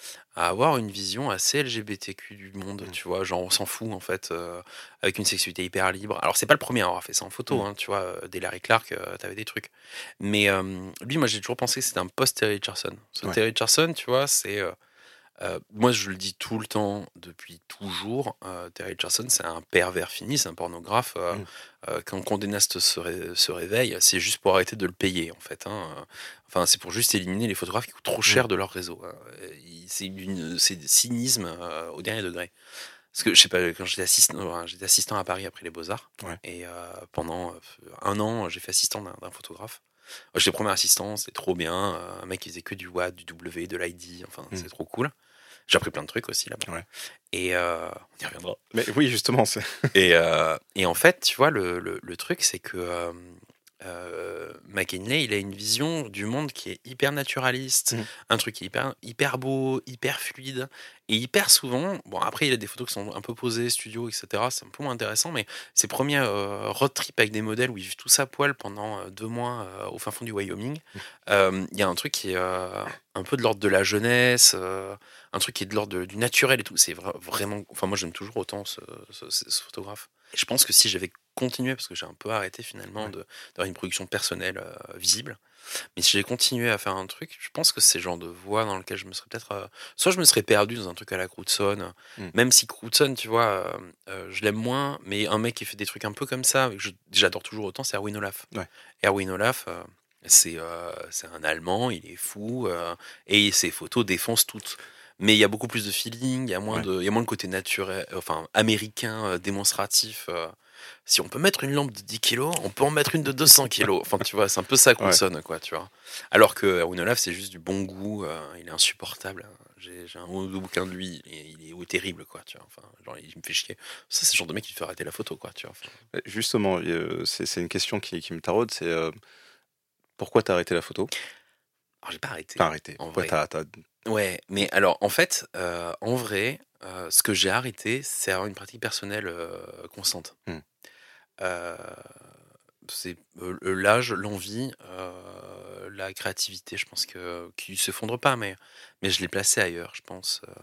à avoir une vision assez L G B T Q du monde, Mm. tu vois, genre on s'en fout en fait, euh, avec une sexualité hyper libre. Alors c'est pas le premier à avoir fait ça en photo, Mm. hein, tu vois, euh, dès Larry Clark, euh, t'avais des trucs. Mais euh, lui, moi j'ai toujours pensé que c'était un post-Terry Richardson. Ce Ouais. Terry Richardson, tu vois, c'est... euh, euh, moi je le dis tout le temps, depuis toujours, euh, Terry Richardson c'est un pervers fini, c'est un pornographe. euh, Mm. euh, quand Condé Nast se, ré- se réveille, c'est juste pour arrêter de le payer en fait. hein. Enfin, c'est pour juste éliminer les photographes qui coûtent trop Mm. cher de leur réseau. hein. Euh, il- C'est d'une, c'est du cynisme euh, au dernier degré. Parce que je sais pas, quand j'étais assistant, enfin, j'étais assistant à Paris après les Beaux-Arts, Ouais. et euh, pendant euh, un an, j'ai fait assistant d'un, d'un photographe. Euh, J'étais premier assistant, c'était trop bien. euh, Un mec qui faisait que du W A D, du W, de l'I D, enfin, Mm. c'est trop cool. J'ai appris plein de trucs aussi là-bas. Ouais. Et euh, on y reviendra. Mais oui, justement, c'est. Et, euh, et en fait, tu vois, le, le, le truc, c'est que euh, euh, McKinley, il a une vision du monde qui est hyper naturaliste, Mm. un truc qui est hyper, hyper beau, hyper fluide, et hyper souvent, bon après il a des photos qui sont un peu posées, studio, et cetera, c'est un peu moins intéressant, mais ses premiers euh, road trips avec des modèles où il vit tout ça poil pendant euh, deux mois euh, au fin fond du Wyoming, euh, il y a un truc qui est euh, un peu de l'ordre de la jeunesse, euh, un truc qui est de l'ordre de- du naturel et tout, c'est vra- vraiment, enfin moi j'aime toujours autant ce, ce- ce- ce photographe. Et je pense que si j'avais continué, parce que j'ai un peu arrêté finalement Ouais. de d'avoir une production personnelle euh, visible. Mais si j'ai continué à faire un truc, je pense que c'est le genre de voie dans lequel je me serais peut-être. euh, soit je me serais perdu dans un truc à la Crutzen, Mm. même si Crutzen, tu vois, euh, euh, je l'aime moins, mais un mec qui fait des trucs un peu comme ça, que je- j'adore toujours autant, c'est Erwin Olaf. Ouais. Erwin Olaf, euh, c'est euh, c'est un Allemand, il est fou, euh, et ses photos défoncent toutes. Mais il y a beaucoup plus de feeling, il y a moins Ouais. de, il y a moins le côté naturel, enfin américain, euh, démonstratif. euh, si on peut mettre une lampe de dix kilos, on peut en mettre une de deux cents kilos. Enfin, tu vois, c'est un peu ça qu'on Ouais. sonne, quoi, tu vois. Alors que Erwin Olaf, c'est juste du bon goût, euh, il est insupportable. hein. J'ai j'ai un ou deux bouquins de lui, il est, il est terrible, quoi, tu vois. Enfin, genre, il me fait chier. Ça, c'est le genre de mec qui te fait arrêter la photo, quoi, tu vois. Enfin, Euh, Justement, euh, c'est c'est une question qui, qui me taraude, c'est euh, pourquoi t'as arrêté la photo? alors, j'ai pas arrêté, T'as arrêté. en Pourquoi vrai. t'as, t'as- Ouais, mais alors, en fait, euh, en vrai, euh, ce que j'ai arrêté, c'est avoir une pratique personnelle euh, constante. Hmm. Euh, c'est euh, l'âge, l'envie, euh, la créativité, je pense que qui s'effondre pas, mais mais je l'ai placé ailleurs, je pense. euh.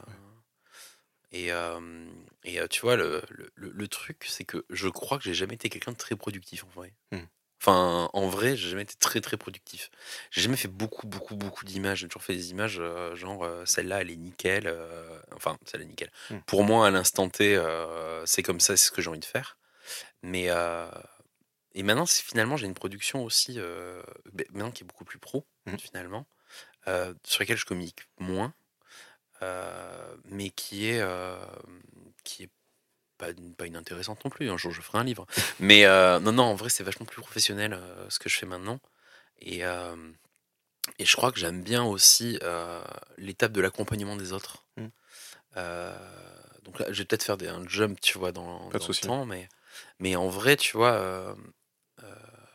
Et, euh, et euh, tu vois, le, le, le- le truc, c'est que je crois que j'ai jamais été quelqu'un de très productif en vrai. Hmm. Enfin, en vrai, j'ai jamais été très très productif. J'ai jamais fait beaucoup beaucoup beaucoup d'images. J'ai toujours fait des images euh, genre euh, celle-là, elle est nickel. euh, enfin, celle-là est nickel. Hmm. Pour moi, à l'instant T, euh, c'est comme ça, c'est ce que j'ai envie de faire. Mais euh, et maintenant, c'est- finalement, j'ai une production aussi euh, ben, maintenant qui est beaucoup plus pro Hmm. finalement, euh, sur laquelle je communique moins, euh, mais qui est euh, qui est pas, pas inintéressante non plus. Un jour, je ferai un livre. Mais euh, non, non, en vrai, c'est vachement plus professionnel euh, ce que je fais maintenant. Et, euh, et je crois que j'aime bien aussi euh, l'étape de l'accompagnement des autres. Hmm. Euh, donc là, je vais peut-être faire des, un jump, tu vois, dans, Pas de dans le souci. temps, mais, mais en vrai, tu vois, euh, euh,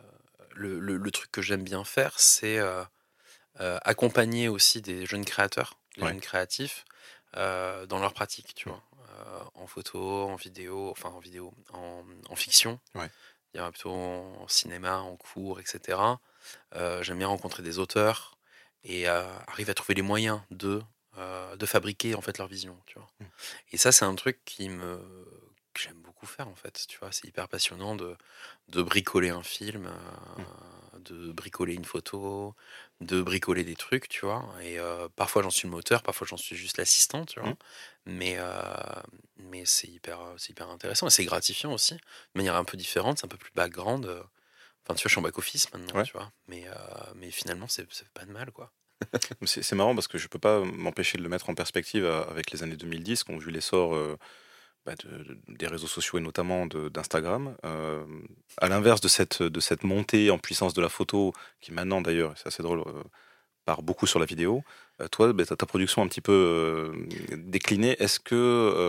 le, le- le truc que j'aime bien faire, c'est euh, euh, accompagner aussi des jeunes créateurs, des Ouais. jeunes créatifs euh, dans leur pratique, tu Hmm. vois, euh, en photo, en vidéo, enfin en vidéo, en, en fiction, Ouais. il y a plutôt en cinéma, en cours, et cetera. Euh, j'aime bien rencontrer des auteurs et euh, arriver à trouver les moyens de, euh, de fabriquer en fait leur vision, tu vois. Hmm. Et ça, c'est un truc qui me que j'aime beaucoup faire en fait, tu vois. C'est hyper passionnant de, de bricoler un film, Hmm. euh, de bricoler une photo, de bricoler des trucs, tu vois. Et euh, parfois j'en suis le moteur, parfois j'en suis juste l'assistant, tu Hmm. vois. Mais, euh, mais c'est hyper, c'est hyper intéressant et c'est gratifiant aussi, de manière un peu différente, c'est un peu plus background. euh, Enfin, tu vois, je suis en back-office maintenant, Ouais. tu vois. Mais, euh, mais finalement, c'est, ça fait pas de mal, quoi. C'est c'est marrant parce que je peux pas m'empêcher de le mettre en perspective euh, avec les années deux mille dix, qui ont vu l'essor euh, bah, de- de- des réseaux sociaux et notamment de- d'Instagram. Euh, à l'inverse de cette, de cette montée en puissance de la photo, qui maintenant d'ailleurs, c'est assez drôle, euh, part beaucoup sur la vidéo. Euh, toi, bah, ta, ta production un petit peu euh, déclinée. Est-ce que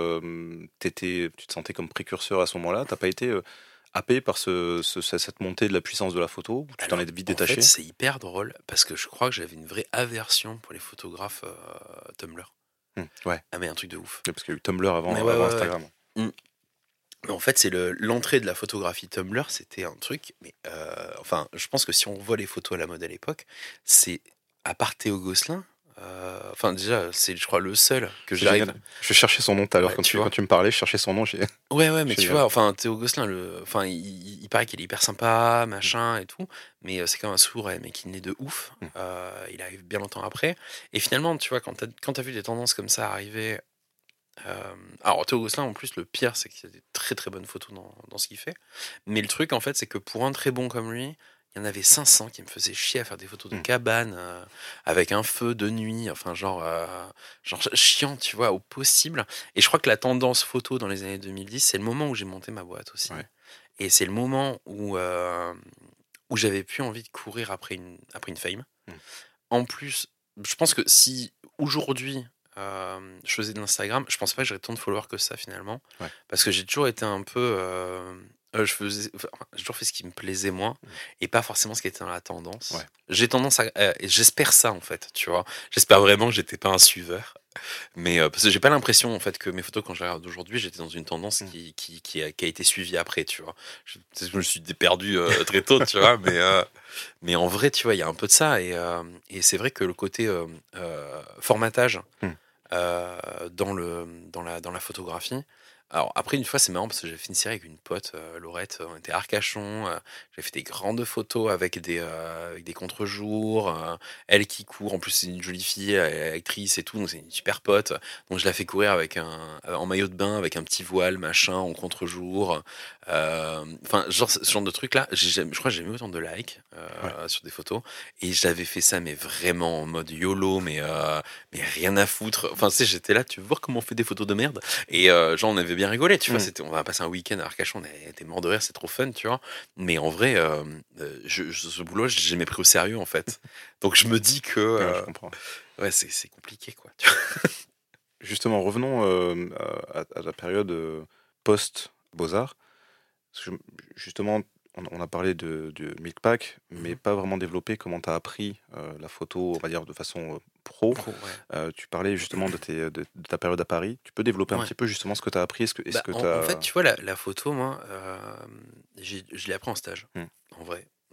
euh, t'étais- tu te sentais comme précurseur à ce moment-là? T'as pas été euh, happé par ce, ce- cette montée de la puissance de la photo? Ou tu t'en Alors, es vite en fait, détaché? c'est hyper drôle parce que je crois que j'avais une vraie aversion pour les photographes euh, Tumblr. Hmm, ouais, Ah, mais un truc de ouf. parce qu'il y a eu Tumblr Mais avant, ouais, avant ouais, ouais. Instagram. Mm. Mais en fait, c'est le, l'entrée de la photographie Tumblr, c'était un truc. Mais euh, enfin, je pense que si on voit les photos à la mode à l'époque, c'est à part Théo Gosselin. euh, Enfin, déjà, c'est, je crois, le seul que C'est j'arrive. génial. Je cherchais son nom tout à l'heure Ouais, quand tu tu, quand vois. tu me parlais, je cherchais son nom. J'ai... Ouais, ouais, mais tu Génial. vois, enfin, Théo Gosselin, le, enfin, il, il- il paraît qu'il est hyper sympa, machin et tout, mais euh, c'est quand même un sourd, mais qu'il naît de ouf. Mm. Euh, il arrive bien longtemps après. Et finalement, tu vois, quand t'as, quand t'as vu des tendances comme ça arriver. euh, alors, Théo Gosselin, en plus, le pire, c'est qu'il y a des très très bonnes photos dans, dans ce qu'il fait. Mais le truc, en fait, c'est que pour un très bon comme lui, il y en avait cinq cents qui me faisaient chier à faire des photos de Mm. cabane euh, avec un feu de nuit, enfin, genre, euh, genre chiant, tu vois, au possible. Et je crois que la tendance photo dans les années deux mille dix, c'est le moment où j'ai monté ma boîte aussi. Ouais. Et c'est le moment où, euh, où j'avais plus envie de courir après une, après une fame. Mm. En plus, je pense que si aujourd'hui euh, je faisais de l'Instagram, je pense pas que j'aurais tant de followers que ça finalement. Ouais. Parce que j'ai toujours été un peu. euh, euh, je faisais, enfin, j'ai toujours fait ce qui me plaisait moi Mm. et pas forcément ce qui était dans la tendance. Ouais. J'ai tendance à. euh, et j'espère ça en fait, tu vois. J'espère vraiment que j'étais pas un suiveur. Mais euh, parce que j'ai pas l'impression en fait que mes photos quand je les regarde aujourd'hui, j'étais dans une tendance Mm. qui, qui, qui, a, qui a été suivie après, tu vois. Je, je me suis déperdu euh, très tôt, tu vois, mais, euh, mais en vrai, tu vois, il y a un peu de ça. Et, euh, et c'est vrai que le côté euh, euh, formatage Mm. euh, dans, le, dans, la, dans la photographie. Alors après, une fois, c'est marrant parce que j'ai fait une série avec une pote, euh, Laurette, on était à Arcachon, euh, j'ai fait des grandes photos avec des, euh, avec des contre-jours, euh, elle qui court, en plus c'est une jolie fille, elle est actrice et tout, donc c'est une super pote, donc je la fais courir avec un, en maillot de bain, avec un petit voile, machin, en contre-jour, euh, enfin, genre, ce genre de truc là, j'ai jamais- je crois que j'ai jamais eu autant de likes Ouais. euh, sur des photos, et j'avais fait ça, mais vraiment en mode YOLO, mais, euh, mais rien à foutre, enfin, tu sais, j'étais là, tu veux voir comment on fait des photos de merde? Et euh, genre, on avait bien rigolé, tu vois. Mm. C'était, on va passer un week-end à Arcachon, on a été mort de rire, c'est trop fun, tu vois. Mais en vrai, euh, euh, je, je- ce boulot, j'ai jamais pris au sérieux, en fait. Donc je me dis que, Ouais, je euh, comprends. ouais, c'est, c'est compliqué, quoi. tu vois. Justement, revenons euh, à, à la période euh, post-Beaux-Arts. Parce que je- justement, on, on a parlé de, de Milkpack, mais Mhm. pas vraiment développé comment tu as appris euh, la photo, on va dire, de façon euh, pro. Pro, ouais. Euh, tu parlais justement de, tes, de, de ta période à Paris. Tu peux développer un Ouais. petit peu justement ce que tu as appris? Est-ce que Bah, est-ce que en, tu en fait, as... tu vois, la, la photo, moi, euh, j'ai, je l'ai appris en stage, Hmm. en vrai.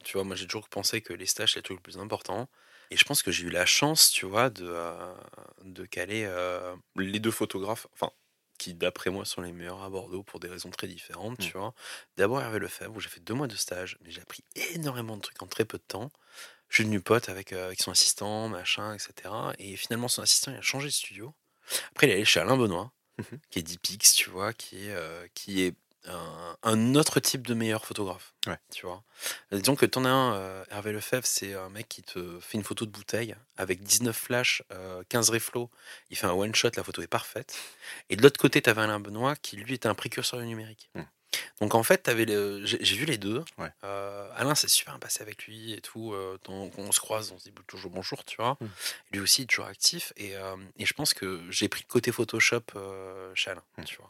Tu vois, moi, j'ai toujours pensé que les stages, c'est le truc le plus important. Et je pense que j'ai eu la chance, tu vois, de, euh, de caler euh, les deux photographes, enfin, qui d'après moi sont les meilleurs à Bordeaux pour des raisons très différentes, Mm. tu vois. D'abord Hervé Lefebvre, où j'ai fait deux mois de stage, mais j'ai appris énormément de trucs en très peu de temps. Je suis devenu pote avec, euh, avec son assistant, machin, et cetera. Et finalement, son assistant, il a changé de studio. Après, il est allé chez Alain Benoît, Mhm. qui est Dipix, tu vois, qui est, euh, qui est un, un autre type de meilleur photographe, Ouais. tu vois. Disons que t'en as un, euh, Hervé Lefebvre, c'est un mec qui te fait une photo de bouteille avec dix-neuf flashs, euh, quinze reflows, il fait un one shot, la photo est parfaite. Et de l'autre côté, t'avais Alain Benoît qui lui était un précurseur du numérique. Mm. Donc en fait, t'avais le... j'ai j'ai vu les deux. Ouais. Euh, Alain, c'est super bien passé avec lui et tout. Euh, donc on se croise, on se dit toujours bonjour, tu vois. Mm. Lui aussi, il est toujours actif. Et, euh, et je pense que j'ai pris le côté Photoshop euh, chez Alain, Mm. tu vois.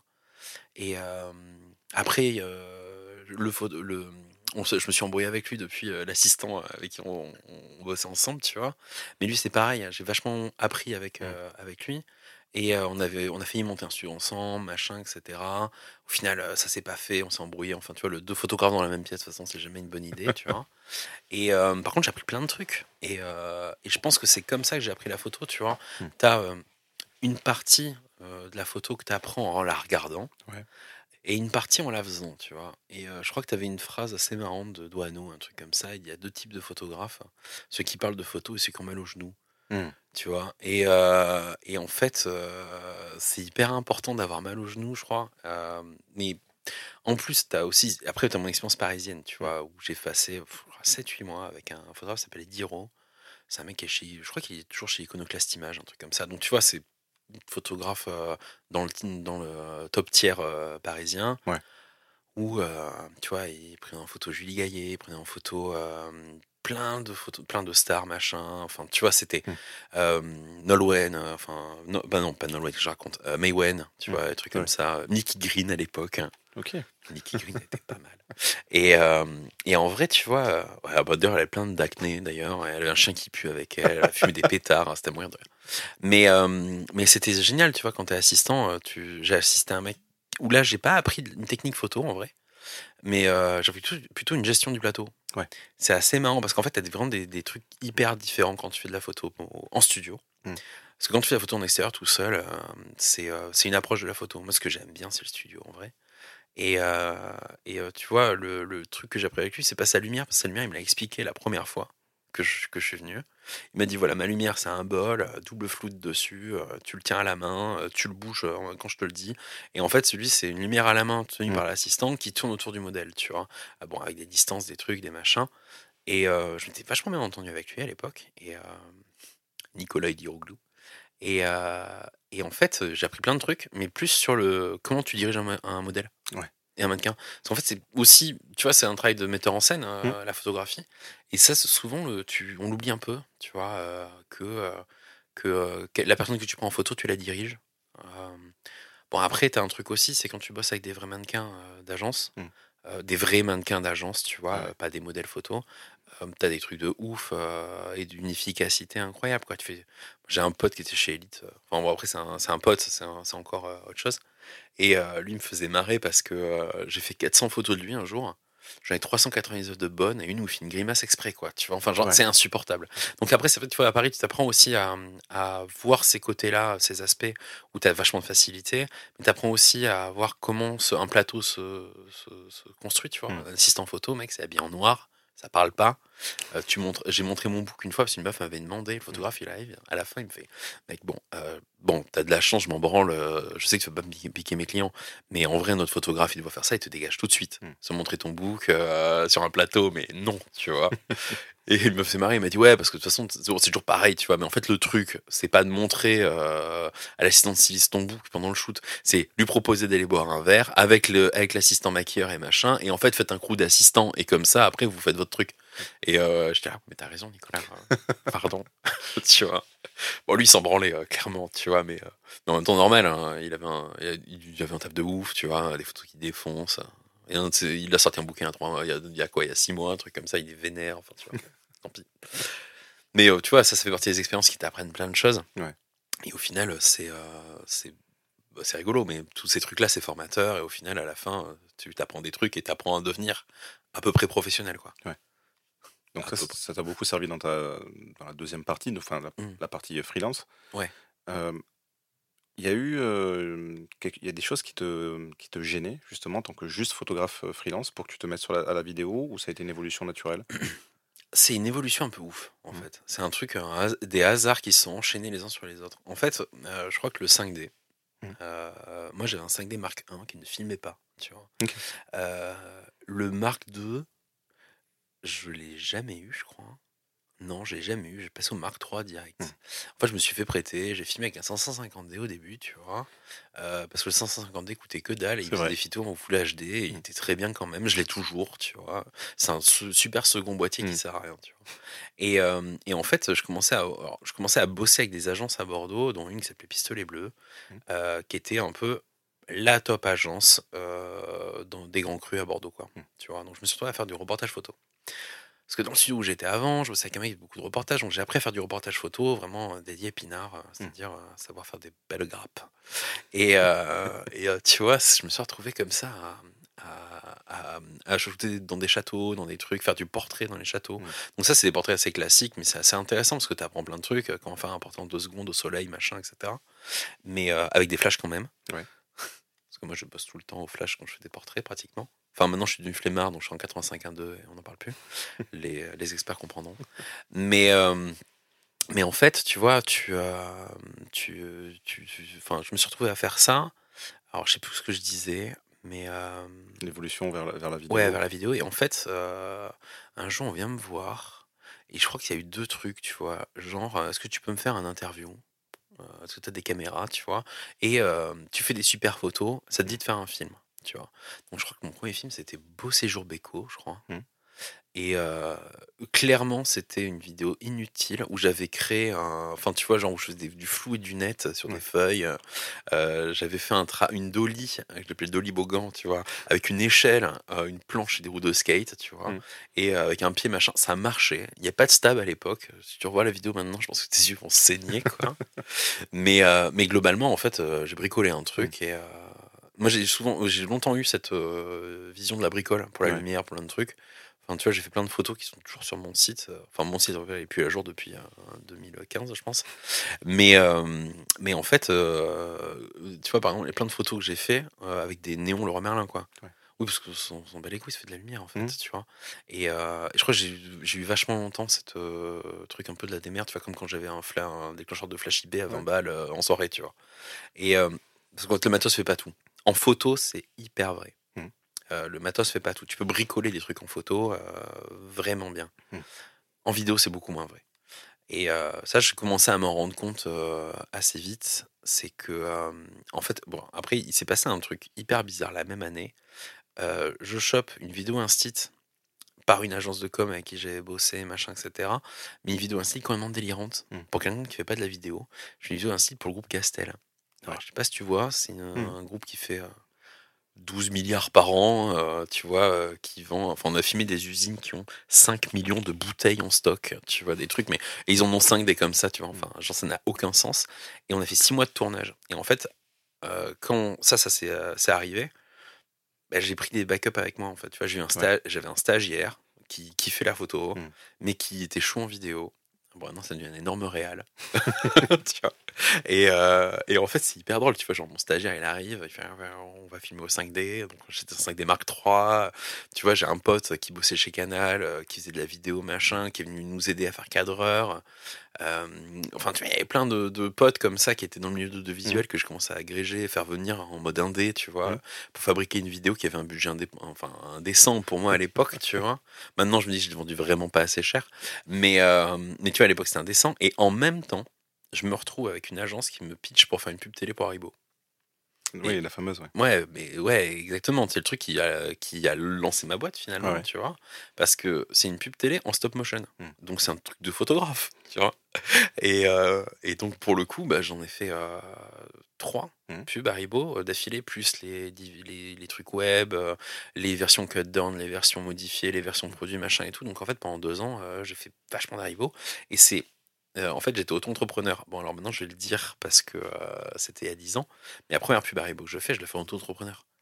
Et euh, après, euh, le, photo- le, on se- je me suis embrouillé avec lui depuis euh, l'assistant avec qui on, on bossait ensemble, tu vois. Mais lui, c'est pareil, j'ai vachement appris avec, Mm. euh, avec lui. Et euh, on, avait, on a failli monter un studio ensemble, machin, et cetera. Au final, euh, ça s'est pas fait, on s'est embrouillé. Enfin, tu vois, le deux photographes dans la même pièce, de toute façon, c'est jamais une bonne idée, tu vois. Et euh, par contre, j'ai appris plein de trucs. Et, euh, et je pense que c'est comme ça que j'ai appris la photo, tu vois. Mm. T'as euh, une partie euh, de la photo que tu apprends en la regardant. Ouais. Et une partie en la faisant, tu vois. Et euh, je crois que tu avais une phrase assez marrante de Doano, un truc comme ça. Il y a deux types de photographes, ceux qui parlent de photos et ceux qui ont mal aux genoux, Mm. tu vois. Et, euh, et en fait, euh, c'est hyper important d'avoir mal aux genoux, je crois. Euh, mais en plus, tu as aussi. Après, tu as mon expérience parisienne, tu vois, où j'ai passé sept huit mois avec un photographe qui s'appelait Diro. C'est un mec qui est chez. Je crois qu'il est toujours chez Iconoclast Image, un truc comme ça. Donc, tu vois, c'est photographe euh, dans, le, dans le top tiers euh, parisien. Ouais. Où, euh, tu vois, il prenait en photo Julie Gaillet, il prenait en photo euh, plein de photos, plein de stars, machin. Enfin, tu vois, c'était Mm. euh, Nolwenn, euh, enfin, no, bah non, pas Nolwenn, je raconte, euh, Maywen, tu Mm. vois, des trucs Ouais. comme ça. Nicky Green à l'époque. Hein. Ok. Nicky Green était pas mal. Et, euh, et en vrai, tu vois, euh, ouais, bah, d'ailleurs, elle avait plein d'acné, d'ailleurs. Elle avait un chien qui pue avec elle, elle a fumé des pétards, hein, c'était moyen de rire. Mais, euh, mais c'était génial, tu vois, quand t'es assistant, euh, tu... j'ai assisté à un mec où là, j'ai pas appris une technique photo en vrai, mais euh, j'ai plutôt, plutôt une gestion du plateau. Ouais. C'est assez marrant parce qu'en fait, t'as des- vraiment des, des trucs hyper différents quand tu fais de la photo au- en studio. Mm. Parce que quand tu fais la photo en extérieur tout seul, euh, c'est euh, c'est une approche de la photo. Moi, ce que j'aime bien, c'est le studio en vrai. Et, euh, et euh, tu vois, le, le truc que j'ai appris avec lui, c'est pas sa lumière, parce que sa lumière, il me l'a expliqué la première fois que je, que je suis venu. Il m'a dit voilà, ma lumière, c'est un bol, euh, double floute dessus, euh, tu le tiens à la main, euh, tu le bouges euh, quand je te le dis. Et en fait, celui, c'est une lumière à la main tenue Mm. par l'assistant qui tourne autour du modèle, tu vois. Ah bon, avec des distances, des trucs, des machins. Et euh, je m'étais vachement bien entendu avec lui à l'époque. Et euh, Nicolas Idiroglou. Et, euh, et en fait, j'ai appris plein de trucs, mais plus sur le comment tu diriges un, un modèle. Ouais. Et un mannequin. Parce qu'en fait, c'est aussi, tu vois, c'est un travail de metteur en scène, Mm. euh, la photographie. Et ça, c'est souvent, le, tu, on l'oublie un peu, tu vois, euh, que, euh, que, euh, que la personne que tu prends en photo, tu la diriges. Euh, bon, après, tu as un truc aussi, c'est quand tu bosses avec des vrais mannequins euh, d'agence, Mm. euh, des vrais mannequins d'agence, tu vois, Ouais. euh, pas des modèles photo. Euh, tu as des trucs de ouf euh, et d'une efficacité incroyable, quoi. Tu fais... J'ai un pote qui était chez Elite. euh, Enfin, bon, après, c'est un, c'est un pote, c'est un- c'est encore euh, autre chose. Et euh, lui me faisait marrer parce que euh, j'ai fait quatre cents photos de lui un jour. J'en ai trois cent quatre-vingt-dix-neuf de bonnes et une où il fait une grimace exprès, quoi. Tu vois, enfin, genre, Ouais. c'est insupportable. Donc après, ça fait, tu vois, à Paris, tu t'apprends aussi à, à voir ces côtés-là, ces aspects où tu as vachement de facilité, mais tu apprends aussi à voir comment ce- un plateau se, se, se construit, tu vois. Mm. Un assistant photo, mec, c'est habillé en noir, ça parle pas. Euh, tu montres, j'ai montré mon book une fois parce qu'une meuf m'avait demandé, le photographe il arrive, à la fin il me fait, mec bon, euh, bon t'as de la chance, je m'en branle, euh, je sais que tu vas pas me piquer, piquer mes clients, mais en vrai notre photographe il doit faire ça, il te dégage tout de suite, Mm. se montrer ton book euh, sur un plateau, mais non, tu vois. Et il me fait marrer, il m'a dit ouais parce que de toute façon c'est c'est toujours pareil, tu vois, mais en fait le truc c'est pas de montrer euh, à l'assistant styliste ton book pendant le shoot, c'est lui proposer d'aller boire un verre avec le avec l'assistant maquilleur et machin, et en fait faites un crew d'assistants et comme ça après vous faites votre truc. Et euh, j'étais là, mais t'as raison Nicolas, euh, pardon, tu vois. Bon lui il s'en branlait euh, clairement, tu vois, mais, euh, mais en même temps normal, hein, il avait un il avait un taf de ouf, tu vois, des photos qui défoncent. Et un de ses- il a sorti un bouquin il y a trois- il y a, il y a quoi, il y a six mois, un truc comme ça, il est vénère, enfin tu vois. Tant pis. Mais euh, tu vois, ça, ça fait partie des expériences qui t'apprennent plein de choses. Ouais. Et au final, c'est euh, c'est bah, c'est rigolo, mais tous ces trucs-là, c'est formateur. Et au final, à la fin, euh, tu t'apprends des trucs et t'apprends à devenir à peu près professionnel, quoi. Ouais. donc ça, ça t'a beaucoup servi dans, ta, dans la deuxième partie, enfin la, mmh. la partie freelance. Ouais. Euh, Il y a eu euh, il y a des choses qui te, qui te gênaient, justement, en tant que juste photographe freelance, pour que tu te mettes sur la, à la vidéo, ou ça a été une évolution naturelle? C'est une évolution un peu ouf, en Mmh. fait. C'est un truc, un, des hasards qui se sont enchaînés les uns sur les autres. En fait, euh, je crois que le cinq D, Mmh. euh, moi j'avais un cinq D Mark un qui ne filmait pas, tu vois. Okay. Euh, le Mark deux, je l'ai jamais eu, je crois. Non, je l'ai jamais eu, j'ai passé au Mark trois direct. Mmh. En fait, je me suis fait prêter, j'ai filmé avec un cinq cent cinquante D au début, tu vois. Euh, parce que le cinq cent cinquante D coûtait que dalle, et il C'est faisait vrai. des photos en Full H D, et il Mmh. était très bien quand même, je l'ai toujours, tu vois. C'est un su- super second boîtier qui Mmh. sert à rien, tu vois. Et, euh, et en fait, je commençais, à, alors, je commençais à bosser avec des agences à Bordeaux, dont une qui s'appelait Pistolet Bleu, Mmh. euh, qui était un peu la top agence euh, dans des grands crus à Bordeaux, quoi. Mmh. Tu vois. Donc je me suis retrouvé à faire du reportage photo. Parce que dans le studio où j'étais avant, je bossais avec un mec qui fait beaucoup de reportages, donc j'ai appris à faire du reportage photo, vraiment euh, dédié Pinard, euh, c'est-à-dire euh, savoir faire des belles grappes. Et, euh, et euh, tu vois, je me suis retrouvé comme ça à, à, à, à shooter dans des châteaux, dans des trucs, faire du portrait dans les châteaux. Mmh. Donc ça, c'est des portraits assez classiques, mais c'est assez intéressant parce que tu apprends plein de trucs, euh, comment faire un portrait en deux secondes au soleil, machin, et cetera. Mais euh, avec des flashs quand même. Ouais. Parce que moi, je bosse tout le temps au flash quand je fais des portraits, pratiquement. Enfin, maintenant, je suis devenu flemmard, donc je suis en quatre-vingt-cinq un deux et on n'en parle plus. les, les experts comprendront. Mais, euh, mais en fait, tu vois, tu, euh, tu, tu, tu- enfin, je me suis retrouvé à faire ça. Alors, je sais plus ce que je disais, mais euh, L'évolution vers la, vers la vidéo. ouais, vers la vidéo. Et en fait, euh, un jour, on vient me voir, et je crois qu'il y a eu deux trucs, tu vois. Genre, euh, est-ce que tu peux me faire un interview? Euh, Est-ce que tu as des caméras, tu vois? Et euh, tu fais des super photos, ça te dit de faire un film, tu vois. Donc, je crois que mon premier film, c'était Beau Séjour Béco, je crois. Mmh. Et euh, clairement, c'était une vidéo inutile où j'avais créé un. Enfin, tu vois, genre où je faisais des- du flou et du net sur des Ouais. feuilles. Euh, j'avais fait un tra- une dolly, je l'appelais dolly Bogan, tu vois, avec une échelle, euh, une planche et des roues de skate, tu vois, Mmh. et euh, avec un pied machin. Ça marchait. Il n'y a pas de stab à l'époque. Si tu revois la vidéo maintenant, je pense que tes yeux vont saigner, quoi. mais, euh, mais globalement, en fait, euh, j'ai bricolé un truc et. euh, Moi, j'ai souvent, j'ai longtemps eu cette euh, vision de la bricole pour la Ouais. lumière, pour plein de trucs. Enfin, tu vois, j'ai fait plein de photos qui sont toujours sur mon site. euh, Enfin, mon site, il est plus à jour depuis euh, deux mille quinze, je pense. Mais, euh, mais en fait, euh, tu vois, par exemple, il y a plein de photos que j'ai fait euh, avec des néons Leroy Merlin, quoi. Ouais. Oui, parce que son, son bel écoute, ça fait de la lumière, en fait, Mmh. tu vois. Et, euh, et je crois que j'ai j'ai eu vachement longtemps cette euh, truc un peu de la démerde, tu vois, comme quand j'avais un, fla- un déclencheur de flash I B à vingt Ouais. balles euh, en soirée, tu vois. Et euh, parce que quand le matos fait pas tout. En photo, c'est hyper vrai. Mmh. Euh, le matos fait pas tout. Tu peux bricoler des trucs en photo euh, vraiment bien. Mmh. En vidéo, c'est beaucoup moins vrai. Et euh, ça, j'ai commencé à m'en rendre compte euh, assez vite. C'est que, euh, en fait, bon, après, il s'est passé un truc hyper bizarre la même année. Euh, je chope une vidéo instit par une agence de com avec qui j'avais bossé, machin, et cetera. Mais une vidéo instit complètement délirante. Mmh. Pour quelqu'un qui fait pas de la vidéo, je fais une vidéo instit pour le groupe Castel. Alors, Ouais. je sais pas si tu vois, c'est une- Mmh. un groupe qui fait euh, douze milliards par an, euh, tu vois, euh, qui vend. Enfin, on a filmé des usines qui ont cinq millions de bouteilles en stock, tu vois, des trucs, mais et ils en ont cinq des comme ça, tu vois. Enfin, genre, ça n'a aucun sens. Et on a fait six mois de tournage. Et en fait, euh, quand ça, ça s'est euh, c'est arrivé, bah, j'ai pris des backups avec moi, en fait. Tu vois, j'ai eu un Ouais. sta- j'avais un stagiaire qui, qui fait la photo, Mmh. mais qui était chaud en vidéo. Bon, non, ça devient un énorme réal. Tu vois. Et, euh, et en fait, c'est hyper drôle, tu vois, genre mon stagiaire, il arrive, il fait, ah, ouais, on va filmer au cinq D, donc j'étais au cinq D Mark trois, tu vois, j'ai un pote qui bossait chez Canal, euh, qui faisait de la vidéo, machin, qui est venu nous aider à faire cadreur, euh, enfin, tu vois, il y avait plein de, de potes comme ça qui étaient dans le milieu de, de Mmh. visuel que je commençais à agréger, faire venir en mode indé, tu vois, Mmh. pour fabriquer une vidéo qui avait un budget indé, enfin, indécent pour moi à l'époque, tu vois. Maintenant, je me dis, je l'ai vendu vraiment pas assez cher, mais, euh, mais tu vois, à l'époque, c'était indécent, et en même temps, je me retrouve avec une agence qui me pitch pour faire une pub télé pour Haribo. Oui, Et la fameuse, ouais. ouais, mais ouais, exactement. C'est le truc qui a, qui a lancé ma boîte finalement, Ouais, ouais. tu vois. Parce que c'est une pub télé en stop motion. Mm. Donc c'est un truc de photographe, tu vois. Et, euh, et donc pour le coup, bah, j'en ai fait euh, trois Mm. pubs Haribo euh, d'affilée, plus les, les, les trucs web, euh, les versions cut down, les versions modifiées, les versions produits, machin et tout. Donc en fait, pendant deux ans, euh, j'ai fait vachement d'Haribo. Et c'est euh, en fait, j'étais auto-entrepreneur. Bon, alors maintenant, je vais le dire parce que euh, c'était il y a dix ans. Mais la première pub Haribo que je fais, je la fais en auto-entrepreneur. Ouais.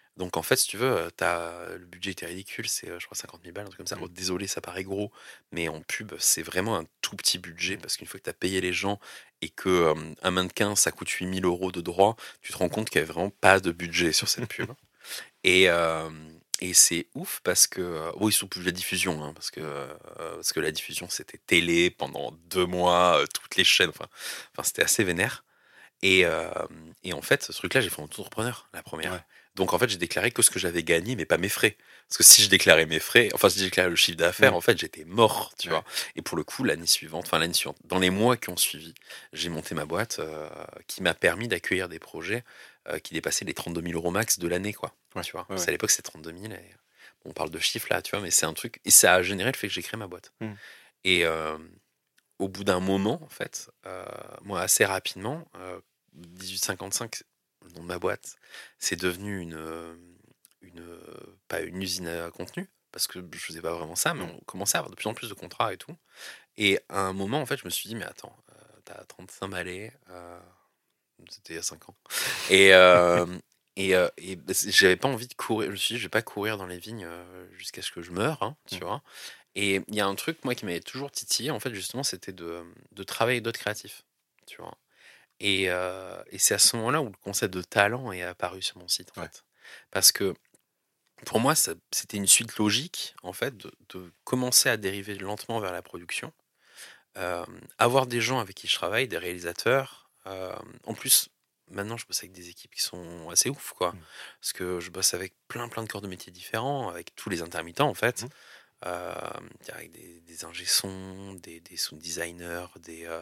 Donc en fait, si tu veux, euh, t'as, le budget était ridicule, c'est euh, je crois cinquante mille balles, un truc comme ça. Mm. Oh, désolé, ça paraît gros, mais en pub, c'est vraiment un tout petit budget Mm. parce qu'une fois que tu as payé les gens et que euh, un mannequin ça coûte huit mille euros de droit, tu te rends compte qu'il n'y a vraiment pas de budget sur cette pub. Et, euh, et c'est ouf parce que. Euh, oui, surtout la diffusion, hein, parce, que, euh, parce que la diffusion c'était télé pendant deux mois, euh, toutes les chaînes, enfin, enfin c'était assez vénère. Et, euh, et en fait, ce truc-là, j'ai fait en entrepreneur, la Ouais. première. Donc en fait, j'ai déclaré que ce que j'avais gagné, mais pas mes frais. Parce que si je déclarais mes frais, enfin si je déclarais le chiffre d'affaires, Mm. en fait, j'étais mort, tu Ouais. vois. Et pour le coup, l'année suivante, enfin l'année suivante, dans les mois qui ont suivi, j'ai monté ma boîte euh, qui m'a permis d'accueillir des projets euh, qui dépassaient les trente-deux mille euros max de l'année, quoi. Ouais. Tu vois. Ouais, Parce ouais. qu'à l'époque, c'était trente-deux mille. Et on parle de chiffres là, tu vois, mais c'est un truc. Et ça a généré le fait que j'ai créé ma boîte. Mm. Et euh, au bout d'un moment, en fait, euh, moi, assez rapidement, euh, dix-huit cinquante-cinq, le nom de ma boîte, c'est devenu une, euh, une, euh, pas une usine à contenu, parce que je faisais pas vraiment ça, mais Mm. on commençait à avoir de plus en plus de contrats et tout. Et à un moment, en fait, je me suis dit, mais attends, euh, t'as trente-cinq balais, euh, c'était il y a cinq ans, et, euh, et, euh, et bah, c'est- j'avais pas envie de courir, je me suis dit, je vais pas courir dans les vignes euh, jusqu'à ce que je meure, hein, tu Mm. vois. Et il y a un truc, moi, qui m'avait toujours titillé, en fait, justement, c'était de, de travailler avec d'autres créatifs, tu vois. Et, euh, et c'est à ce moment-là où le concept de talent est apparu sur mon site, en Ouais. fait. Parce que pour moi, ça- c'était une suite logique, en fait, de, de commencer à dériver lentement vers la production, euh, avoir des gens avec qui je travaille, des réalisateurs. euh, en plus, maintenant, je bosse avec des équipes qui sont assez ouf, quoi. Mm. Parce que je bosse avec plein, plein de corps de métiers différents, avec tous les intermittents, en fait. Mm. Euh, avec des, des ingé sons, des, des sound designers, des, euh,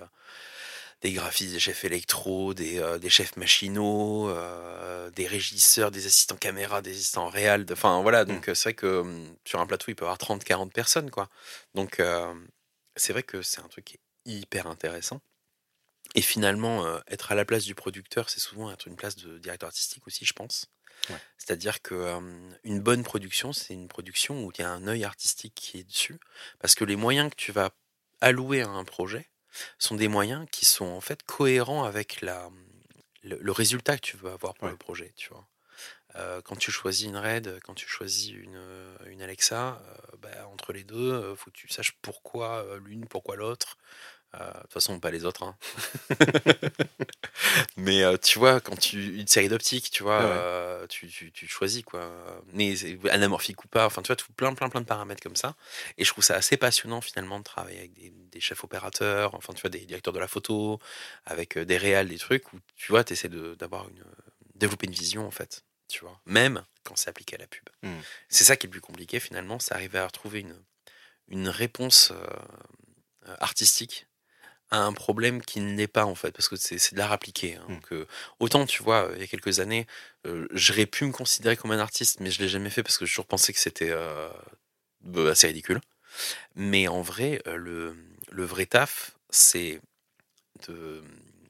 des graphistes, des chefs électro, des, euh, des chefs machinaux, euh, des régisseurs, des assistants caméra, des assistants réal. de- Enfin voilà, Mm. donc euh, c'est vrai que hum, sur un plateau, il peut y avoir trente quarante personnes, quoi. Donc euh, c'est vrai que c'est un truc qui est hyper intéressant. Et finalement, euh, être à la place du producteur, c'est souvent être une place de directeur artistique aussi, je pense. Ouais. C'est-à-dire que euh, une bonne production, c'est une production où il y a un œil artistique qui est dessus, parce que les moyens que tu vas allouer à un projet sont des moyens qui sont en fait cohérents avec la, le, le résultat que tu veux avoir pour Ouais. le projet, tu vois. Euh, quand tu choisis une RED, quand tu choisis une, euh, une Alexa, euh, bah, entre les deux, il faut que tu saches pourquoi euh, l'une, pourquoi l'autre. Euh, De toute façon, pas les autres, hein. Mais euh, tu vois, quand tu une série d'optiques, tu vois, Ouais, ouais. euh, tu, tu, tu choisis quoi. Mais c'est anamorphique ou pas, enfin tu vois, tout plein plein plein de paramètres comme ça. Et je trouve ça assez passionnant finalement de travailler avec des, des chefs opérateurs, enfin tu vois, des directeurs de la photo, avec euh, des réals, des trucs où tu vois, tu essaies de d'avoir une développer une vision en fait, tu vois. Même quand c'est appliqué à la pub. Mm. C'est ça qui est le plus compliqué finalement, c'est arriver à retrouver une une réponse euh, euh, artistique à un problème qui ne l'est pas en fait, parce que c'est c'est de l'art appliqué, hein. Mm. Donc, euh, autant tu vois, euh, il y a quelques années, euh, j'aurais pu me considérer comme un artiste, mais je l'ai jamais fait parce que j'ai toujours pensé que c'était euh, bah, assez ridicule. Mais en vrai, euh, le, le vrai taf, c'est de,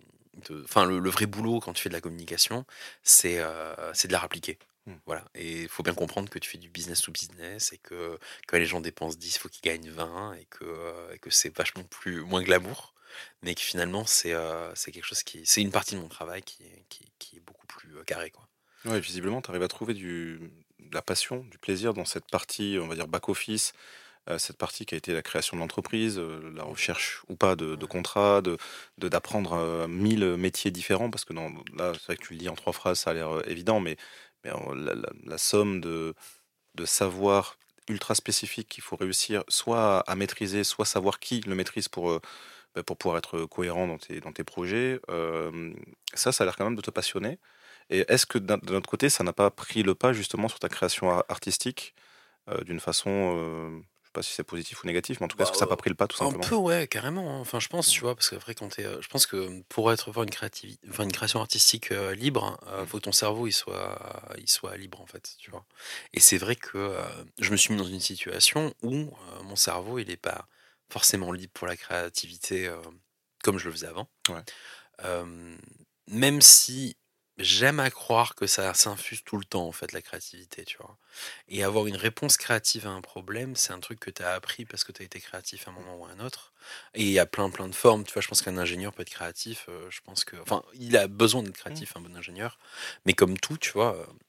de- enfin le, le vrai boulot quand tu fais de la communication, c'est euh, c'est de l'art appliqué. Mm. Voilà. Et il faut bien comprendre que tu fais du business to business et que quand les gens dépensent dix, il faut qu'ils gagnent vingt et que, euh, et que c'est vachement plus, moins glamour. Mais que finalement, c'est euh, c'est quelque chose qui. C'est une partie de mon travail qui est, qui, qui est beaucoup plus euh, carré, quoi. Ouais, visiblement, tu arrives à trouver du, de la passion, du plaisir dans cette partie, on va dire, back-office, euh, cette partie qui a été la création de l'entreprise, euh, la recherche ou pas de, de Ouais. contrats, de, de- d'apprendre euh, mille métiers différents, parce que dans, là, c'est vrai que tu le dis en trois phrases, ça a l'air euh, évident, mais, mais euh, la, la- la somme de, de savoir ultra spécifique qu'il faut réussir soit à maîtriser, soit savoir qui le maîtrise pour, euh, bah, pour pouvoir être cohérent dans tes, dans tes projets, euh, ça, ça a l'air quand même de te passionner. Et est-ce que d'un- de notre côté, ça n'a pas pris le pas justement sur ta création ar- artistique euh, d'une façon, euh, je sais pas si c'est positif ou négatif, mais en tout cas, est-ce Bah, que ça n'a euh, pas pris le pas tout un simplement? peu, ouais, carrément, hein. Enfin, je pense, tu Mm. vois, parce qu'après, quand t'es, euh, je pense que pour être avoir une créativité, enfin, une création artistique euh, libre, euh, Mm. faut que ton cerveau il soit, il soit libre en fait, tu vois. Et c'est vrai que euh, je me suis mis dans une situation où euh, mon cerveau il est pas forcément libre pour la créativité euh, comme je le faisais avant. Ouais. Euh, Même si j'aime à croire que ça s'infuse tout le temps, en fait, la créativité, tu vois. Et avoir une réponse créative à un problème, c'est un truc que tu as appris parce que tu as été créatif à un moment ou à un autre. Et il y a plein, plein de formes. Tu vois, je pense qu'un ingénieur peut être créatif. euh, je pense que. Enfin, il a besoin d'être Mm. créatif, un bon ingénieur. Mais comme tout, tu vois, euh,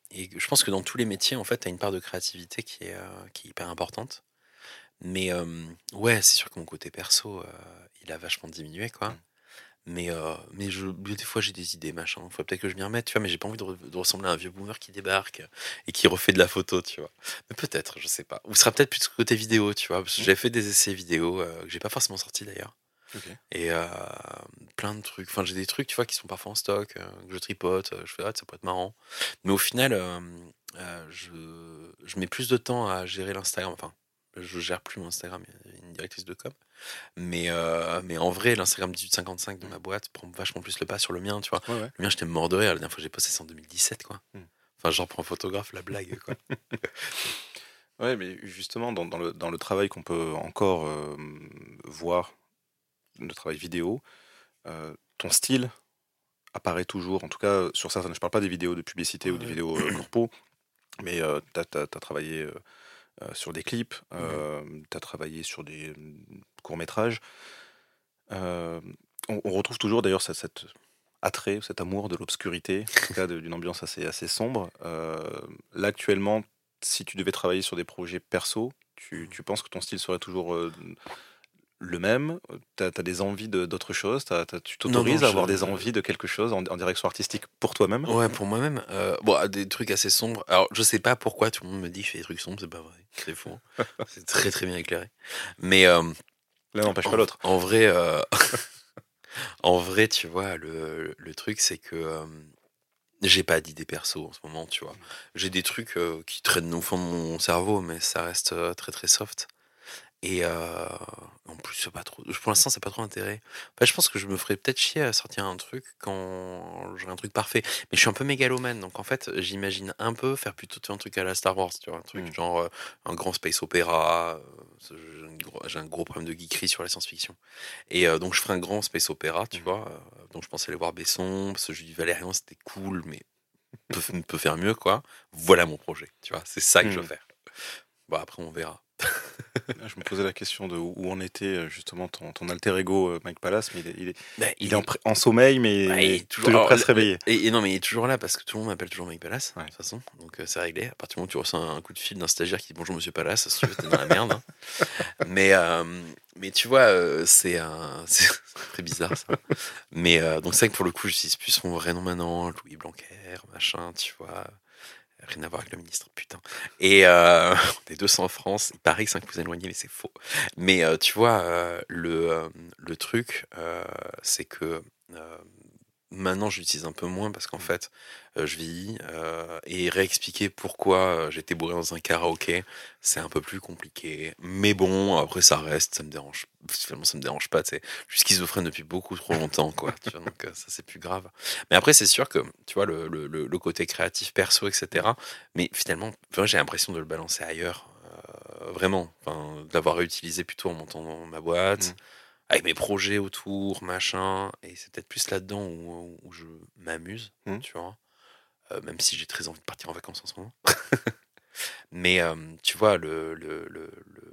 et je pense que dans tous les métiers, en fait, tu as une part de créativité qui est, euh, qui est hyper importante. Mais euh, ouais, c'est sûr que mon côté perso, euh, il a vachement diminué, quoi. Mm. Mais, euh, mais je, des fois, j'ai des idées, machin. Faut peut-être que je m'y remette, tu vois, mais j'ai pas envie de, re- de ressembler à un vieux boomer qui débarque et qui refait de la photo, tu vois. Mais peut-être, je sais pas. Ou ce sera peut-être plus côté vidéo, tu vois, parce que Mm. j'ai fait des essais vidéo euh, que j'ai pas forcément sortis d'ailleurs. Ok. Et euh, plein de trucs. Enfin, j'ai des trucs, tu vois, qui sont parfois en stock, euh, que je tripote. euh, je fais, ah, ça pourrait être marrant. Mais au final, euh, euh, je, je mets plus de temps à gérer l'Instagram. Enfin, je gère plus mon Instagram, il y a une directrice de com. Mais, euh, mais en vrai, l'Instagram dix-huit cinquante-cinq de Mm. ma boîte prend vachement plus le pas sur le mien, tu vois. Ouais, ouais. Le mien, j'étais mort de rire. La dernière fois que j'ai posté, c'est en deux mille dix-sept, quoi. Mm. Enfin, genre, pour un photographe, la blague, quoi. Ouais, mais justement, dans, dans le, dans le travail qu'on peut encore euh, voir, le travail vidéo, euh, ton style apparaît toujours, en tout cas sur certaines, je parle pas des vidéos de publicité ou des Ouais. vidéos euh, corpo, mais euh, tu as travaillé euh, euh, sur des clips, Mhm. euh, tu as travaillé sur des euh, courts-métrages. Euh, on, on retrouve toujours d'ailleurs cette, cette attrait, cet amour de l'obscurité, en tout cas de- d'une ambiance assez, assez sombre. Euh, là actuellement, si tu devais travailler sur des projets perso, tu, Mhm. tu penses que ton style serait toujours euh, le même? Tu as, des envies de- d'autre chose? T'as- t'as- tu Non, non, t'autorises à je. avoir des envies de quelque chose en, en direction artistique pour toi-même? Ouais, pour moi-même. euh, bon, ah, des trucs assez sombres. Alors, je sais pas pourquoi tout le monde me dit que je fais des trucs sombres, c'est pas vrai. C'est faux. Hein. C'est très, très bien éclairé. Mais euh, L'un n'empêche pas en, l'autre. en vrai, euh, en vrai, tu vois, le, le truc, c'est que. euh, j'ai pas d'idée perso en ce moment, tu vois. J'ai des trucs euh, qui traînent au fond de mon cerveau, mais ça reste euh, très très soft. Et euh, en plus, c'est pas trop. Pour l'instant, c'est pas trop intérêt. Enfin, je pense que je me ferais peut-être chier à sortir un truc quand j'aurai un truc parfait. Mais je suis un peu mégalomane, donc en fait, j'imagine un peu faire plutôt tu vois, un truc à la Star Wars, tu vois, un truc Mm. genre euh, un grand space opéra. euh, J'ai un gros, j'ai un gros problème de geekerie sur la science-fiction. Et euh, donc, je ferai un grand space opéra, tu Mm. vois. euh, donc, je pensais aller voir Besson, parce que je dis Valérian, c'était cool, mais peut, peut faire mieux, quoi. Voilà mon projet, tu vois. C'est ça que je veux Mm. faire. Bon, après, on verra. Je me posais la question de où où en était euh, justement ton, ton alter ego euh, Mike Palace, mais il est, il est, Ben, il il est en, est pré- en sommeil, Ouais, il mais est toujours, toujours alors, prêt à se le- réveiller. et, et non, mais il est toujours là parce que tout le monde m'appelle toujours Mike Palace, de Ouais. toute façon. Donc euh, c'est réglé. À partir du moment où tu reçois un coup de fil d'un stagiaire qui dit bonjour monsieur Palace, si tu veux, t'es dans la merde. Hein. Mais, euh, mais tu vois, euh, c'est un. C'est très bizarre ça. Mais euh, donc c'est vrai que pour le coup, j'utilise plus son vrai nom maintenant, Louis Blanquer, machin, tu vois. Rien à voir avec le ministre, putain. Et euh, on est deux cents en France. Il paraît que c'est un cousin éloigné, mais c'est faux. Mais euh, tu vois, euh, le, euh, le truc, euh, c'est que euh, maintenant, j'utilise un peu moins parce qu'en Mm. fait, euh, je vieillis euh, et réexpliquer pourquoi euh, j'étais bourré dans un karaoké, c'est un peu plus compliqué. Mais bon, après, ça reste, ça me dérange. Finalement, ça me dérange pas. Tu sais, je suis schizophrène depuis beaucoup trop longtemps, quoi. Tu vois, donc euh, ça, c'est plus grave. Mais après, c'est sûr que tu vois le, le, le- le côté créatif, perso, et cetera. Mais finalement, enfin, j'ai l'impression de le balancer ailleurs, euh, vraiment. Enfin, de l'avoir réutilisé plutôt en montant dans ma boîte Mm. avec mes projets autour, machin, et c'est peut-être plus là-dedans où, où je m'amuse, Mm. tu vois, euh, même si j'ai très envie de partir en vacances en ce moment. Mais euh, tu vois, le, le, le, le-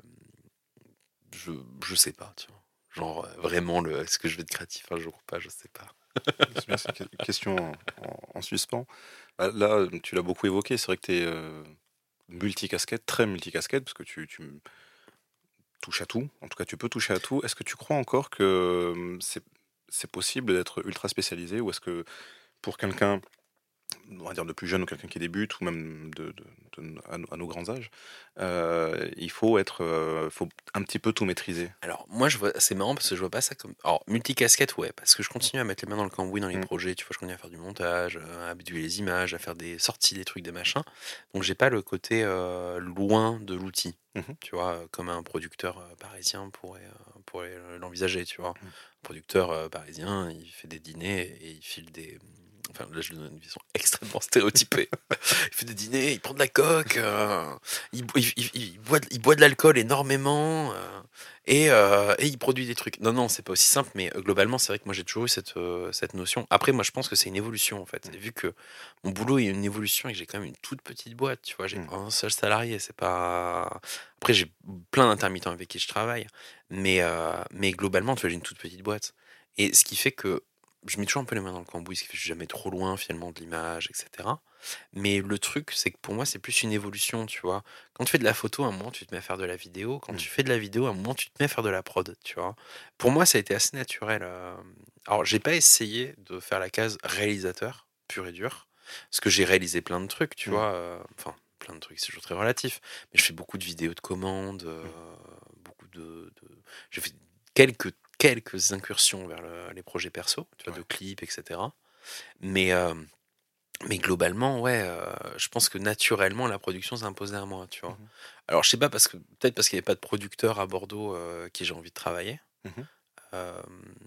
je, je sais pas, tu vois. Genre, euh, vraiment, le, est-ce que je vais être créatif un jour ou pas, je sais pas. C'est bien, c'est une question en, en- en suspens. Bah, là, tu l'as beaucoup évoqué, c'est vrai que tu es multicasquette, très multicasquette, parce que tu, tu touches à tout. En tout cas, tu peux toucher à tout. Est-ce que tu crois encore que euh, c'est c'est possible d'être ultra spécialisé, ou est-ce que pour quelqu'un, on va dire de plus jeune, ou quelqu'un qui débute, ou même de, de- de- à, nos à nos grands âges, euh, il faut être, euh, faut un petit peu tout maîtriser? Alors, moi, je vois, c'est marrant parce que je vois pas ça comme. Alors, multicasquette, ouais, parce que je continue à mettre les mains dans le cambouis dans les Mm. projets, tu vois, je continue à faire du montage, euh, à habituer les images, à faire des sorties, des trucs, des machins. Donc, j'ai pas le côté euh, loin de l'outil, Mhm. tu vois, euh, comme un producteur euh, parisien pourrait, euh, pourrait l'envisager, tu vois. Mm. Un producteur euh, parisien, il fait des dîners et il file des. Enfin, là, je donne une vision extrêmement stéréotypée. Il fait des dîners, il prend de la coke, euh, il, bo- il- il- il boit, de- il boit de l'alcool énormément. euh, et, euh, et il produit des trucs. Non, non, c'est pas aussi simple, mais euh, globalement, c'est vrai que moi j'ai toujours eu cette, euh, cette notion. Après, moi je pense que c'est une évolution en fait. Mm. Et vu que mon boulot est une évolution et que j'ai quand même une toute petite boîte, tu vois, j'ai Mm. un seul salarié, c'est pas. Après, j'ai plein d'intermittents avec qui je travaille, mais, euh, mais globalement, tu vois, j'ai une toute petite boîte. Et ce qui fait que je mets toujours un peu les mains dans le cambouis, ce qui fait que je suis jamais trop loin finalement de l'image, et cetera. Mais le truc, c'est que pour moi, c'est plus une évolution, tu vois. Quand tu fais de la photo, à un moment, tu te mets à faire de la vidéo. Quand Mmh. tu fais de la vidéo, à un moment, tu te mets à faire de la prod, tu vois. Pour moi, ça a été assez naturel. euh. Alors, j'ai pas essayé de faire la case réalisateur, pur et dur, parce que j'ai réalisé plein de trucs, tu Mmh. vois. euh, Enfin, plein de trucs, c'est toujours très relatif. Mais je fais beaucoup de vidéos de commandes, euh, Mmh. beaucoup de, de- j'ai fait quelques quelques incursions vers le- les projets perso, tu vois, de Ouais. clips, et cetera. Mais, euh, mais globalement, ouais, euh, je pense que naturellement, la production s'est imposée à moi, tu vois. Mmh. Alors, je sais pas, parce que peut-être parce qu'il n'y avait pas de producteur à Bordeaux euh, qui j'ai envie de travailler. Mmh. euh,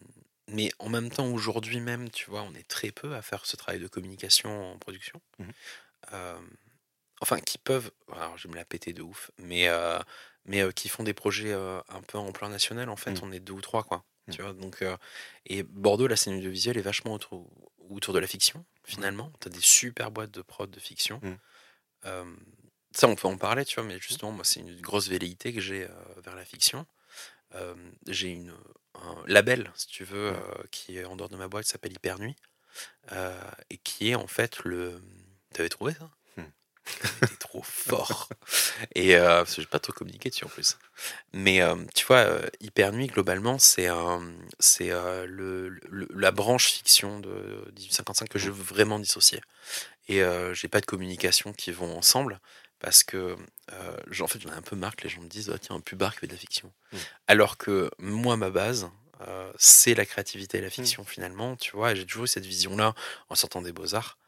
mais en même temps, aujourd'hui même, tu vois, on est très peu à faire ce travail de communication en production. Mmh. Euh, enfin, qui peuvent, alors je vais me la péter de ouf, mais, euh, mais euh, qui font des projets euh, un peu en plan national, en fait, Mmh. on est deux ou trois, quoi. Mmh. Tu vois, donc, euh, et Bordeaux, la scène audiovisuelle est vachement autour, autour de la fiction, Ouais. finalement. T'as des super boîtes de prod de fiction. Mmh. Euh, Ça, on peut en parler, tu vois, mais Mmh. justement, moi, c'est une grosse velléité que j'ai euh, vers la fiction. Euh, j'ai une, un label, si tu veux, Ouais. euh, qui est en dehors de ma boîte, qui s'appelle Hyper Nuit, euh, et qui est en fait le. T'avais trouvé ça? Mmh. T'es trop fort. Et euh, parce que j'ai pas trop communiqué dessus en plus. Mais euh, tu vois, euh, Hyper Nuit, globalement, c'est un, c'est euh, le, le- la branche fiction de dix-huit cinquante-cinq que je Mmh. veux vraiment dissocier. Et euh, j'ai pas de communication qui vont ensemble parce que, euh, j'en- en fait, j'en ai un peu marre que les gens me disent, ah, tiens, un pubard qui fait de la fiction. Mmh. Alors que moi, ma base, euh, c'est la créativité et la Mmh. fiction finalement, tu vois. Et j'ai toujours eu cette vision-là en sortant des Beaux-Arts,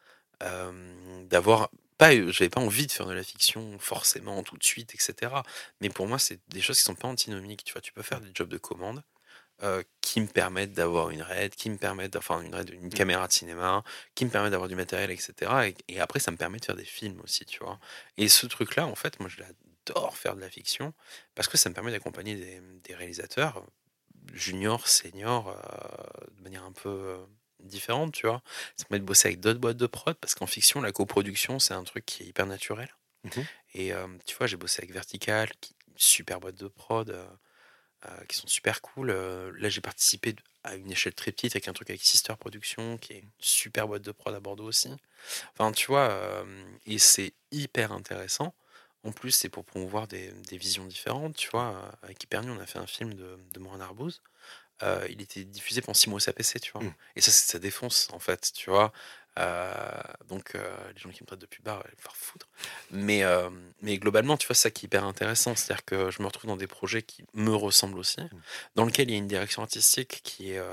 euh, d'avoir pas, j'avais pas envie de faire de la fiction forcément tout de suite, et cetera. Mais pour moi, c'est des choses qui sont pas antinomiques. Tu vois, tu peux faire des jobs de commande euh, qui me permettent d'avoir une RED, qui me permettent d'avoir une RED, une Mmh. caméra de cinéma, qui me permettent d'avoir du matériel, et cetera. Et, et après, ça me permet de faire des films aussi, tu vois. Et ce truc-là, en fait, moi, je l'adore faire de la fiction parce que ça me permet d'accompagner des, des réalisateurs juniors, seniors, euh, de manière un peu euh, différente, tu vois. Ça me permet de bosser avec d'autres boîtes de prod parce qu'en fiction, la coproduction, c'est un truc qui est hyper naturel. Mmh. Et euh, tu vois, j'ai bossé avec Vertical, qui une super boîte de prod. euh, euh, qui sont super cool. Euh, là, j'ai participé à une échelle très petite avec un truc avec Sister Productions, qui est une super boîte de prod à Bordeaux aussi. Enfin, tu vois, euh, et c'est hyper intéressant. En plus, c'est pour promouvoir des, des visions différentes, tu vois. Euh, Avec Hypernu, on a fait un film de, de Morin Arbouze. Euh, il était diffusé pendant six mois au C A P C, tu vois. Mmh. Et ça, c'est- ça défonce, en fait, tu vois. Euh, donc, euh, les gens qui me traitent de pubard, ils vont faire foutre. Mais, euh, mais globalement, tu vois, c'est ça qui est hyper intéressant. C'est-à-dire que je me retrouve dans des projets qui me ressemblent aussi, Mmh. dans lequel il y a une direction artistique qui est, euh,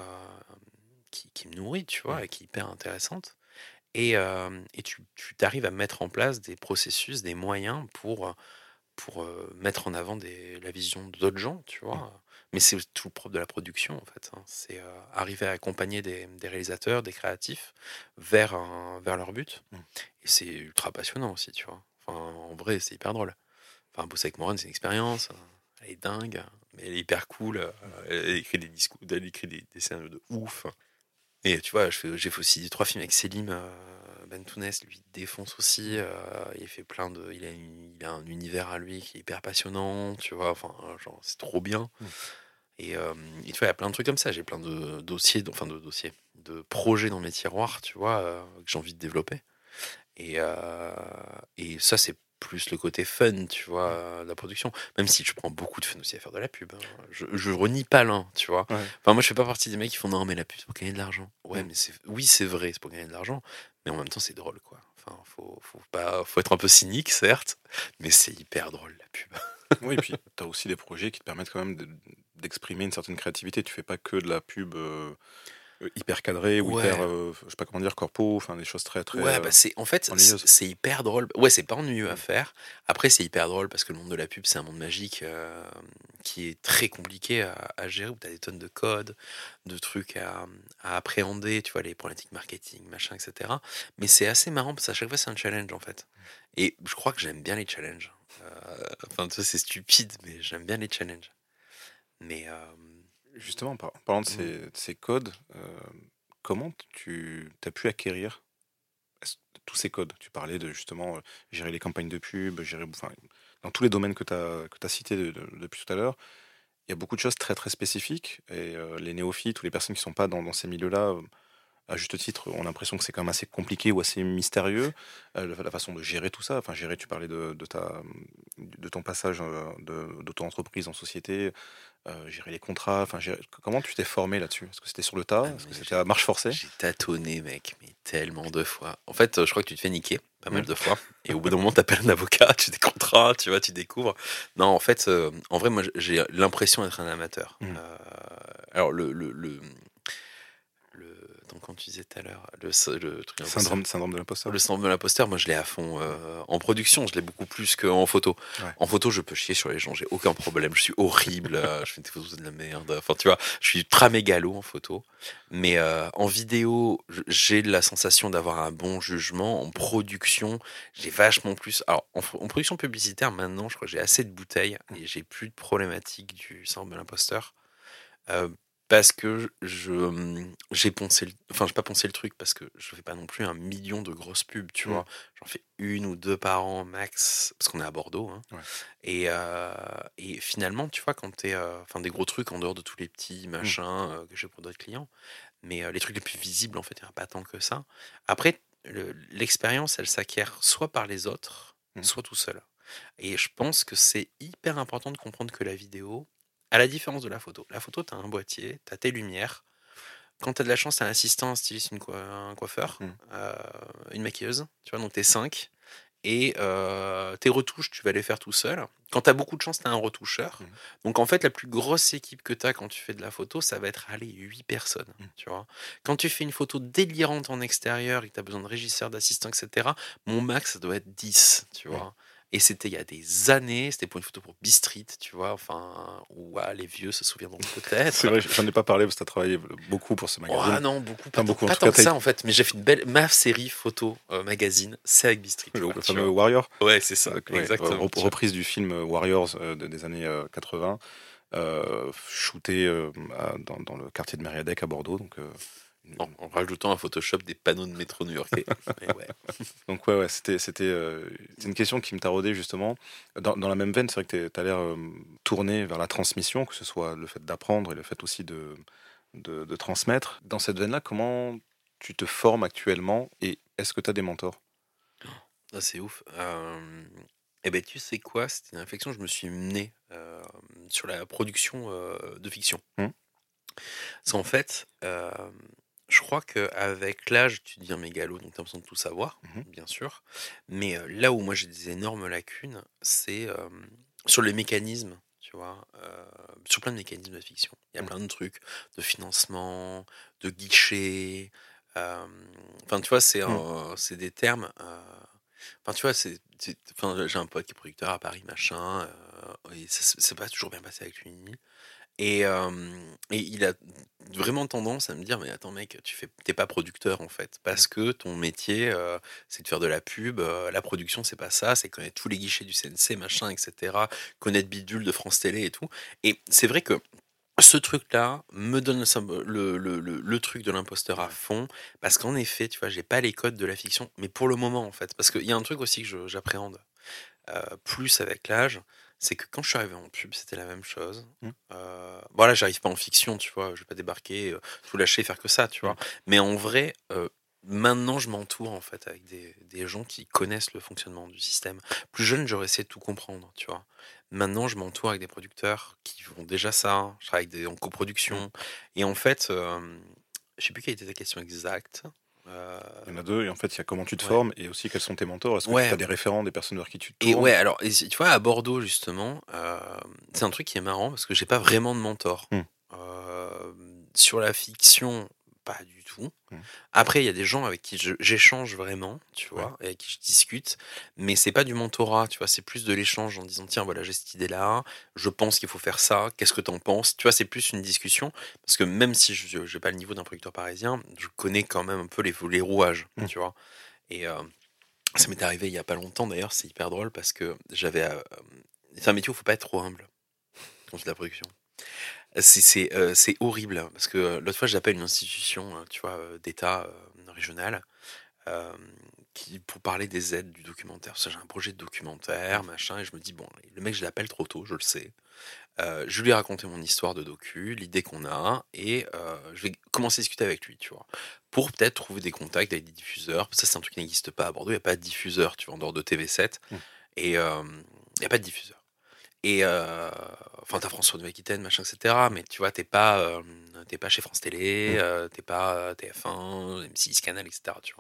qui, qui me nourrit, tu vois, Mmh. et qui est hyper intéressante. Et, euh, et tu, tu t'arrives à mettre en place des processus, des moyens pour pour euh, mettre en avant des, la vision d'autres gens, tu Mmh. vois. Mais c'est tout le propre de la production, en fait, hein. C'est euh, arriver à accompagner des, des réalisateurs, des créatifs vers, un- vers leur but. Mmh. Et c'est ultra passionnant aussi, tu vois. Enfin, en vrai, c'est hyper drôle. Enfin, bosser avec Moran, c'est une expérience. Elle est dingue, mais elle est hyper cool. euh, Elle écrit des discours, elle écrit des, des scénarios de ouf. Et tu vois, je fais- j'ai fait aussi trois films avec Selim euh, Bentounès, lui il défonce aussi. euh, il fait plein de, il a, une- il a un univers à lui qui est hyper passionnant, tu vois. Enfin, genre c'est trop bien. Mmh. Et, euh, et tu vois, il y a plein de trucs comme ça. J'ai plein de dossiers, enfin de dossiers, de projets dans mes tiroirs, tu vois, euh, que j'ai envie de développer. Et, euh, et ça, c'est plus le côté fun, tu vois, Mmh. euh, de la production. Même si je prends beaucoup de fun aussi à faire de la pub, hein. Je, je renie pas l'un, tu vois. Ouais. Enfin, moi, je fais pas partie des mecs qui font non, mais la pub, c'est pour gagner de l'argent. Ouais, Mmh. mais c'est, oui, c'est vrai, c'est pour gagner de l'argent. Mais en même temps, c'est drôle, quoi. Enfin, faut, faut pas, faut être un peu cynique, certes, mais c'est hyper drôle, la pub. Oui, et puis tu as aussi des projets qui te permettent quand même de d'exprimer une certaine créativité. Tu fais pas que de la pub, heu, heu, hyper cadrée ou hyper, Ouais. heu, je sais pas comment dire, corpo, enfin des choses très, très, Ouais, heu, bah c'est en fait c- ennuyeuses. c'est hyper drôle. Ouais, c'est pas ennuyeux à Mmh. faire. Après, c'est hyper drôle parce que le monde de la pub, c'est un monde magique euh, qui est très compliqué à, à gérer, où t'as des tonnes de codes, de trucs à, à appréhender, tu vois, les problématiques marketing, machin, et cetera. Mais c'est assez marrant parce qu'à chaque fois, c'est un challenge en fait. Et je crois que j'aime bien les challenges. Euh, Enfin, tu vois, c'est stupide, mais j'aime bien les challenges. Mais euh, Justement, par en parlant de mm, ces de ces codes, heu, comment tu as pu acquérir est-ce tous ces codes? Tu parlais de justement, heu, gérer les campagnes de pub, gérer enfin, dans tous les domaines que tu as que tu as cités de de depuis tout à l'heure, il y a beaucoup de choses très, très spécifiques et heu, les néophytes ou les personnes qui sont pas dans dans ces milieux-là, à juste titre, on a l'impression que c'est quand même assez compliqué ou assez mystérieux, euh, la, la façon de gérer tout ça. Enfin, gérer, tu parlais de, de, ta, de ton passage euh, de, d'auto-entreprise en société, euh, gérer les contrats. Enfin, gérer- comment tu t'es formé là-dessus? Est-ce que c'était sur le tas? Ah, Est-ce que mais c'était j'ai à marche forcée? j'ai tâtonné, mec, mais tellement de fois. En fait, euh, je crois que tu te fais niquer pas mal Hmm. de fois. Et au bout d'un moment, t'appelles un avocat, tu des contrats, tu vois, tu découvres. Non, en fait, euh, en vrai, moi, j'ai l'impression d'être un amateur. Hmm. Euh, alors, le, le, le, le, donc, quand tu disais tout à l'heure, le, le truc Syndrome, syndrome de l'imposteur. le syndrome de l'imposteur, moi je l'ai à fond euh, en production, je l'ai beaucoup plus qu'en photo. Ouais. En photo, je peux chier sur les gens, j'ai aucun problème, je suis horrible, euh, je fais des photos de la merde. Enfin, tu vois, je suis très mégalo en photo, mais euh, en vidéo, je- j'ai la sensation d'avoir un bon jugement. En production, j'ai vachement plus. Alors, en, en production publicitaire, maintenant, je crois que j'ai assez de bouteilles et j'ai plus de problématique du syndrome de l'imposteur. Euh, Parce que je hum, j'ai poncé le, enfin j'ai pas poncé le truc parce que je fais pas non plus un million de grosses pubs, tu Mm. vois. J'en fais une ou deux par an max parce qu'on est à Bordeaux, hein. Ouais. Et, euh, et finalement, tu vois, quand t'es, euh, enfin des gros trucs en dehors de tous les petits machins euh, que j'ai pour d'autres clients, mais euh, les trucs les plus visibles, en fait, il n'y en a pas tant que ça. Après, le- l'expérience, elle s'acquiert soit par les autres, Mm. soit tout seul. Et je pense que c'est hyper important de comprendre que la vidéo, à la différence de la photo, la photo, tu as un boîtier, tu as tes lumières. Quand tu as de la chance, tu as un assistant, un styliste, une coi- un coiffeur, Mm. euh, une maquilleuse, tu vois, donc t'es cinq. Et euh, tes retouches, tu vas les faire tout seul. Quand tu as beaucoup de chance, tu as un retoucheur. Mm. Donc en fait, la plus grosse équipe que tu as quand tu fais de la photo, ça va être allez, huit personnes. Mm. Tu vois. Quand tu fais une photo délirante en extérieur et que tu as besoin de régisseurs, d'assistants, et cetera, mon max, ça doit être dix. Tu Mm. vois. Et c'était il y a des années, c'était pour une photo pour B-Street, tu vois, enfin, où ah, les vieux se souviendront peut-être. C'est vrai, j'en ai pas parlé parce que tu as travaillé beaucoup pour ce Oh magazine. non, beaucoup, pas, Enfin, tant, beaucoup, en pas tout tant cas, que t'as ça été- en fait, mais j'ai fait une belle, ma série photo euh, magazine, c'est avec B-Street. le, le tu fameux vois. Warrior. Ouais, c'est ça, Euh, ouais, exactement. rep- tu vois. reprise du film euh, Warriors euh, de- des années euh, quatre-vingts, euh, shooté euh, à- dans, dans le quartier de Mériadec à Bordeaux. Donc, euh, une- En, en rajoutant à Photoshop des panneaux de métro new-yorkais. Et ouais. donc ouais, ouais, c'était, c'était, euh, c'est une question qui me taraudait justement. Dans, dans la même veine, c'est vrai que tu as l'air euh, tourné vers la transmission, que ce soit le fait d'apprendre et le fait aussi de, de, de transmettre. Dans cette veine-là, comment tu te formes actuellement et est-ce que tu as des mentors? Ah, c'est ouf. Euh, eh ben, tu sais quoi? C'était une réflexion que je me suis menée euh, sur la production euh, de fiction. Hmm. C'est en fait, euh, je crois qu'avec l'âge, tu deviens mégalo, donc tu as besoin de tout savoir, Mhm. bien sûr. Mais euh, là où moi j'ai des énormes lacunes, c'est euh, sur les mécanismes, tu vois, euh, sur plein de mécanismes de fiction. Il y a Mhm. plein de trucs, de financement, de guichet. euh, Enfin, tu vois, c'est Mhm. un- c'est des termes. euh, Enfin, tu vois, c'est, c'est- enfin, j'ai un pote qui est producteur à Paris, machin, euh, et ça s'est pas toujours bien passé avec lui. Et, euh, et il a vraiment tendance à me dire, mais attends mec, tu fais, t'es pas producteur en fait, parce que ton métier, euh, c'est de faire de la pub, euh, la production c'est pas ça, c'est connaître tous les guichets du C N C, machin, et cetera, connaître Bidule de France Télé et tout. Et c'est vrai que ce truc-là me donne le, symbo- le, le, le- le truc de l'imposteur à Ouais. fond, parce qu'en effet, tu vois, j'ai pas les codes de la fiction, mais pour le moment en fait, parce qu'il y a un truc aussi que je- j'appréhende euh, plus avec l'âge, c'est que quand je suis arrivé en pub, c'était la même chose. Mm. Euh, bon là, j'arrive pas en fiction, tu vois, je vais pas débarquer, euh, tout lâcher, faire que ça, tu vois. Mm. Mais en vrai, euh, maintenant, je m'entoure en fait avec des, des gens qui connaissent le fonctionnement du système. Plus jeune, j'aurais essayé de tout comprendre, tu vois. Maintenant, je m'entoure avec des producteurs qui font déjà ça. Je travaille avec des, en coproduction. Mm. Et en fait, euh, je sais plus quelle était ta question exacte. Euh, Il y en a deux, et en fait, il y a comment tu te ouais. formes et aussi quels sont tes mentors. Est-ce que tu Ouais, as des référents, des personnes vers qui tu te et tournes? ouais, alors, et si- tu vois, à Bordeaux, justement, euh, c'est un truc qui est marrant parce que j'ai pas vraiment de mentor. Hmm. Euh, sur la fiction, pas du tout. Hmm. Après, il y a des gens avec qui je- j'échange vraiment, tu Ouais. vois, et avec qui je discute, mais c'est pas du mentorat, tu vois, c'est plus de l'échange en disant, tiens, voilà, j'ai cette idée-là, je pense qu'il faut faire ça, qu'est-ce que t'en penses? Tu vois, c'est plus une discussion, parce que même si je j'ai pas le niveau d'un producteur parisien, je connais quand même un peu les, les rouages, Hmm. tu vois. Et, euh, ça m'est arrivé il y a pas longtemps d'ailleurs, c'est hyper drôle parce que j'avais. euh, c'est un métier où il faut pas être trop humble quand on fait de la production. C'est c'est, euh, c'est horrible hein, parce que euh, l'autre fois j'appelle une institution, euh, tu vois, euh, d'État euh, régionale euh, qui pour parler des aides du documentaire. Parce que j'ai un projet de documentaire, machin, et je me dis bon, le mec je l'appelle trop tôt, je le sais. Euh, je lui ai raconté mon histoire de docu, l'idée qu'on a, et euh, je vais commencer à discuter avec lui, tu vois, pour peut-être trouver des contacts avec des diffuseurs. Ça, c'est un truc qui n'existe pas à Bordeaux, il n'y a pas de diffuseur, tu vois, en dehors de T V sept, Mm. et il n'y a pas de diffuseur. Et euh, enfin, t'as France Aquitaine, machin, et cetera. Mais tu vois, t'es pas, euh, t'es pas chez France Télé, Mm. euh, t'es pas euh, T F un, M six, Canal, et cetera. Tu vois.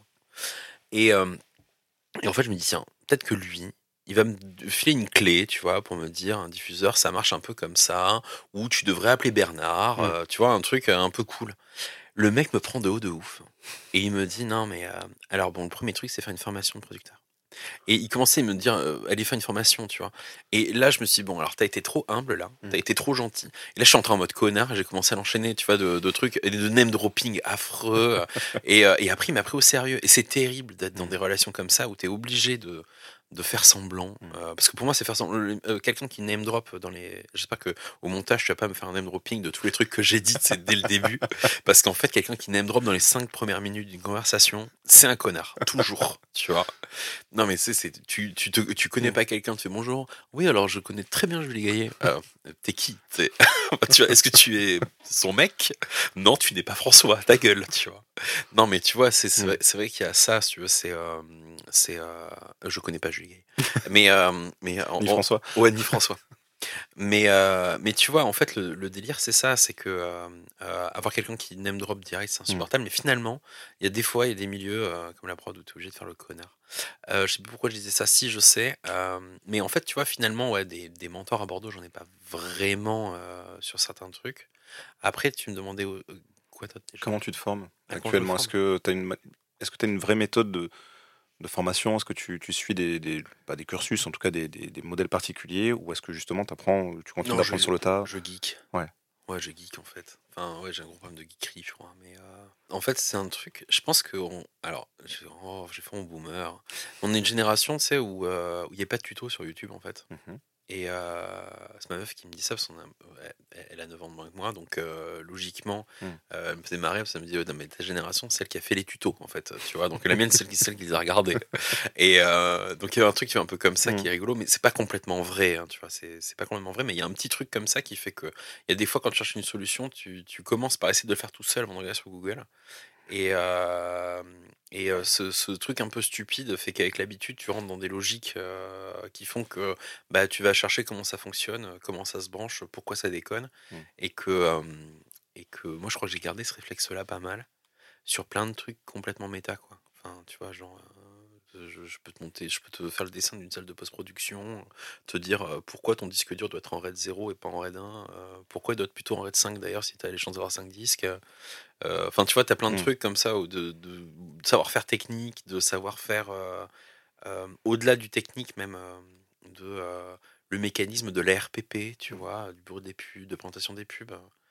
Et, euh, et en fait, je me dis, tiens, peut-être que lui, il va me filer une clé, tu vois, pour me dire, un diffuseur, ça marche un peu comme ça, ou tu devrais appeler Bernard, Mm. euh, tu vois, un truc euh, un peu cool. Le mec me prend de haut de ouf. Et il me dit, non, mais euh, alors bon, le premier truc, c'est faire une formation de producteur. Et il commençait à me dire, euh, allez faire une formation, tu vois. Et là, je me suis dit, bon, alors t'as été trop humble là, Mm. t'as été trop gentil. Et là, je suis entré en mode connard, et j'ai commencé à l'enchaîner, tu vois, de, de trucs, et de name dropping affreux. et, euh, et après, il m'a pris au sérieux. Et c'est terrible d'être dans Mm. des relations comme ça où t'es obligé de, de faire semblant. Mm. Euh, parce que pour moi, c'est faire semblant. Euh, quelqu'un qui name drop dans les. J'espère que au montage, tu vas pas me faire un name dropping de tous les trucs que j'ai dit, c'est dès le début. Parce qu'en fait, quelqu'un qui name drop dans les cinq premières minutes d'une conversation, c'est un connard. Toujours, tu vois. Non, mais c'est, c'est, tu, tu, te- tu connais Mm. pas quelqu'un, tu fais bonjour. Oui, alors je connais très bien Julie Gaillet. Euh, t'es qui? T'es- tu vois, est-ce que tu es son mec? Non, tu n'es pas François, ta gueule, tu vois. Non, mais tu vois, c'est, c'est Mm. vrai, c'est vrai qu'il y a ça, si tu veux, c'est. Euh, c'est euh, je connais pas Julie Gaillet. Mais. Euh, mais en- Ni en- François. ouais, ni François. Mais, euh, mais tu vois, en fait, le, le délire, c'est ça, c'est que euh, euh, avoir quelqu'un qui name drop direct, c'est Mm. insupportable. Mais finalement, il y a des fois, il y a des milieux euh, comme la prod où tu es obligé de faire le connard. Euh, je sais plus pourquoi je disais ça, si je sais. Euh, mais en fait, tu vois, finalement, ouais, des, des mentors à Bordeaux, j'en ai pas vraiment euh, sur certains trucs. Après, tu me demandais euh, quoi d'autre déjà? Comment tu te formes Ah, comment je me actuellement? Est-ce forme? que tu as une, ma- est-ce que tu une vraie méthode de, de formation? Est-ce que tu, tu suis des, des, pas des cursus, en tout cas des, des, des modèles particuliers? Ou est-ce que justement t'apprends, tu continues Non, je, d'apprendre sur le tas? je geek. Ouais. Ouais, je geek en fait. Enfin, ouais, j'ai un gros problème de geekerie, je crois. Mais euh, en fait, c'est un truc. Je pense que. On... Alors, j'ai oh, j'ai fait mon boomer. On est une génération, tu sais, où euh, où il n'y a pas de tuto sur YouTube en fait. Mhm. Et euh, c'est ma meuf qui me dit ça, parce qu'on a- elle, elle a neuf ans de moins que moi, donc euh, logiquement, Mm. euh, elle me faisait marrer, parce qu'elle me dit, oh, non, mais ta génération, c'est celle qui a fait les tutos, en fait, tu vois, donc la mienne, c'est celle qui, celle qui les a regardés. Et euh, donc il y a un truc qui est un peu comme ça, Mm. qui est rigolo, mais c'est pas complètement vrai, hein, tu vois, c'est c'est pas complètement vrai, mais il y a un petit truc comme ça qui fait que, il y a des fois, quand tu cherches une solution, tu, tu commences par essayer de le faire tout seul avant de regarder sur Google. Et, euh, et euh, ce, ce truc un peu stupide fait qu'avec l'habitude, tu rentres dans des logiques euh, qui font que bah, tu vas chercher comment ça fonctionne, comment ça se branche, pourquoi ça déconne. Mm. Et que, euh, et que moi, je crois que j'ai gardé ce réflexe-là pas mal sur plein de trucs complètement méta, quoi. Enfin, tu vois, genre. euh, Je, je peux te monter, je peux te faire le dessin d'une salle de post-production, te dire euh, pourquoi ton disque dur doit être en RAID zéro et pas en RAID un, euh, pourquoi il doit être plutôt en RAID cinq d'ailleurs si tu as les chances d'avoir cinq disques. Euh, Enfin, tu vois, tu as plein de Mm. trucs comme ça, ou de, de, de savoir-faire technique, de savoir-faire euh, euh, au-delà du technique même, euh, de euh, le mécanisme de l'A R P P, tu vois, du bureau des pubs, de présentation des pubs,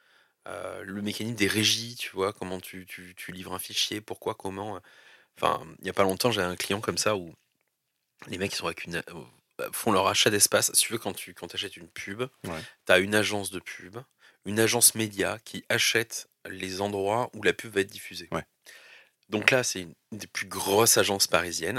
euh, le mécanisme des régies, tu vois, comment tu, tu, tu livres un fichier, pourquoi, comment. Enfin, il n'y a pas longtemps, j'ai un client comme ça où les mecs ils sont avec une, euh, font leur achat d'espace. Si tu veux, quand tu quand achètes une pub, Ouais. tu as une agence de pub, une agence média qui achète les endroits où la pub va être diffusée. Ouais. Donc là, c'est une des plus grosses agences parisiennes.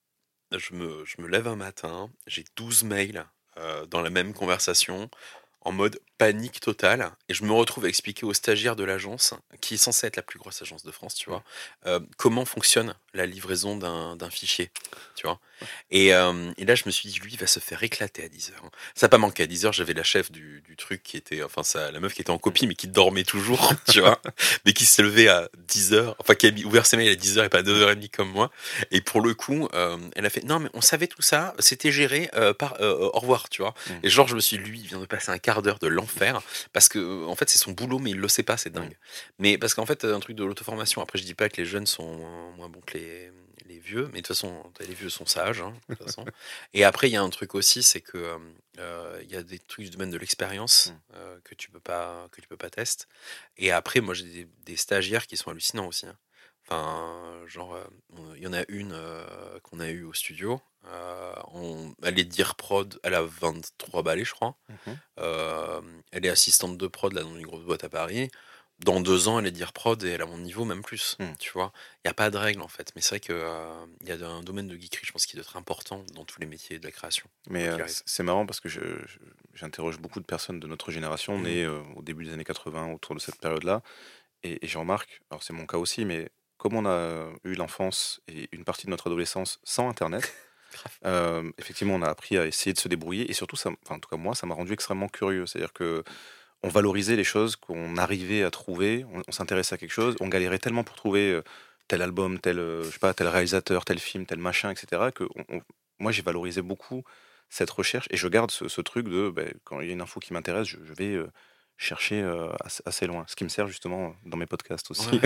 Je me, je me lève un matin, j'ai douze mails euh, dans la même conversation, en mode panique totale, et je me retrouve à expliquer aux stagiaires de l'agence, qui est censée être la plus grosse agence de France, tu Mm. vois, euh, comment fonctionne la livraison d'un d'un fichier, tu vois. Et, euh, et là, je me suis dit, lui, il va se faire éclater à dix heures. Ça n'a pas manqué. À dix heures, j'avais la chef du, du truc qui était, enfin, ça, la meuf qui était en copie, mais qui dormait toujours, tu vois, mais qui s'est levée à dix heures, enfin, qui a ouvert ses mails à dix heures et pas à deux heures trente comme moi. Et pour le coup, euh, elle a fait, non, mais on savait tout ça, c'était géré euh, par euh, au revoir, tu vois. Mm. Et genre, je me suis dit, lui, il vient de passer un quart d'heure de l'enfer, parce que, euh, en fait, c'est son boulot, mais il le sait pas, c'est dingue. Mais parce qu'en fait, un truc de l'auto-formation, après, je dis pas que les jeunes sont euh, moins bons que les, les vieux, mais de toute façon, les vieux sont sages, hein, de toute façon. Et après, il y a un truc aussi, c'est que euh, euh, il y a des trucs du domaine de l'expérience Mm. euh, que tu peux pas que tu peux pas tester. Et après, moi, j'ai des, des stagiaires qui sont hallucinants aussi, hein. Enfin, genre, euh, on- il y en a une euh, qu'on a eue au studio. Euh, on, elle est dire prod, elle a vingt-trois balais, je crois. Mhm. Euh, elle est assistante de prod là dans une grosse boîte à Paris. dans deux ans, elle est dire prod et elle a mon niveau, même plus. Mm. Tu vois, il n'y a pas de règle en fait. Mais c'est vrai qu'il euh, y a un domaine de geekery, je pense, qui doit être important dans tous les métiers de la création. Mais quoi euh, qu'il arrive. c- c'est marrant parce que je, je- j'interroge beaucoup de personnes de notre génération, Mhm. nées euh, au début des années quatre-vingts, autour de cette période-là, et, et je remarque, alors c'est mon cas aussi, mais comme on a eu l'enfance et une partie de notre adolescence sans Internet, Grave. euh, effectivement, on a appris à essayer de se débrouiller, et surtout, ça, m- enfin, en tout cas moi, ça m'a rendu extrêmement curieux. C'est-à-dire que on valorisait les choses qu'on arrivait à trouver, on, on s'intéressait à quelque chose, on galérait tellement pour trouver euh, tel album, tel, euh, je sais pas, tel réalisateur, tel film, tel machin, et cetera, que on- on- moi j'ai valorisé beaucoup cette recherche et je garde ce, ce truc de ben, quand il y a une info qui m'intéresse, je, je vais euh, chercher euh, assez, assez loin. Ce qui me sert justement dans mes podcasts Ouais, aussi. ouais.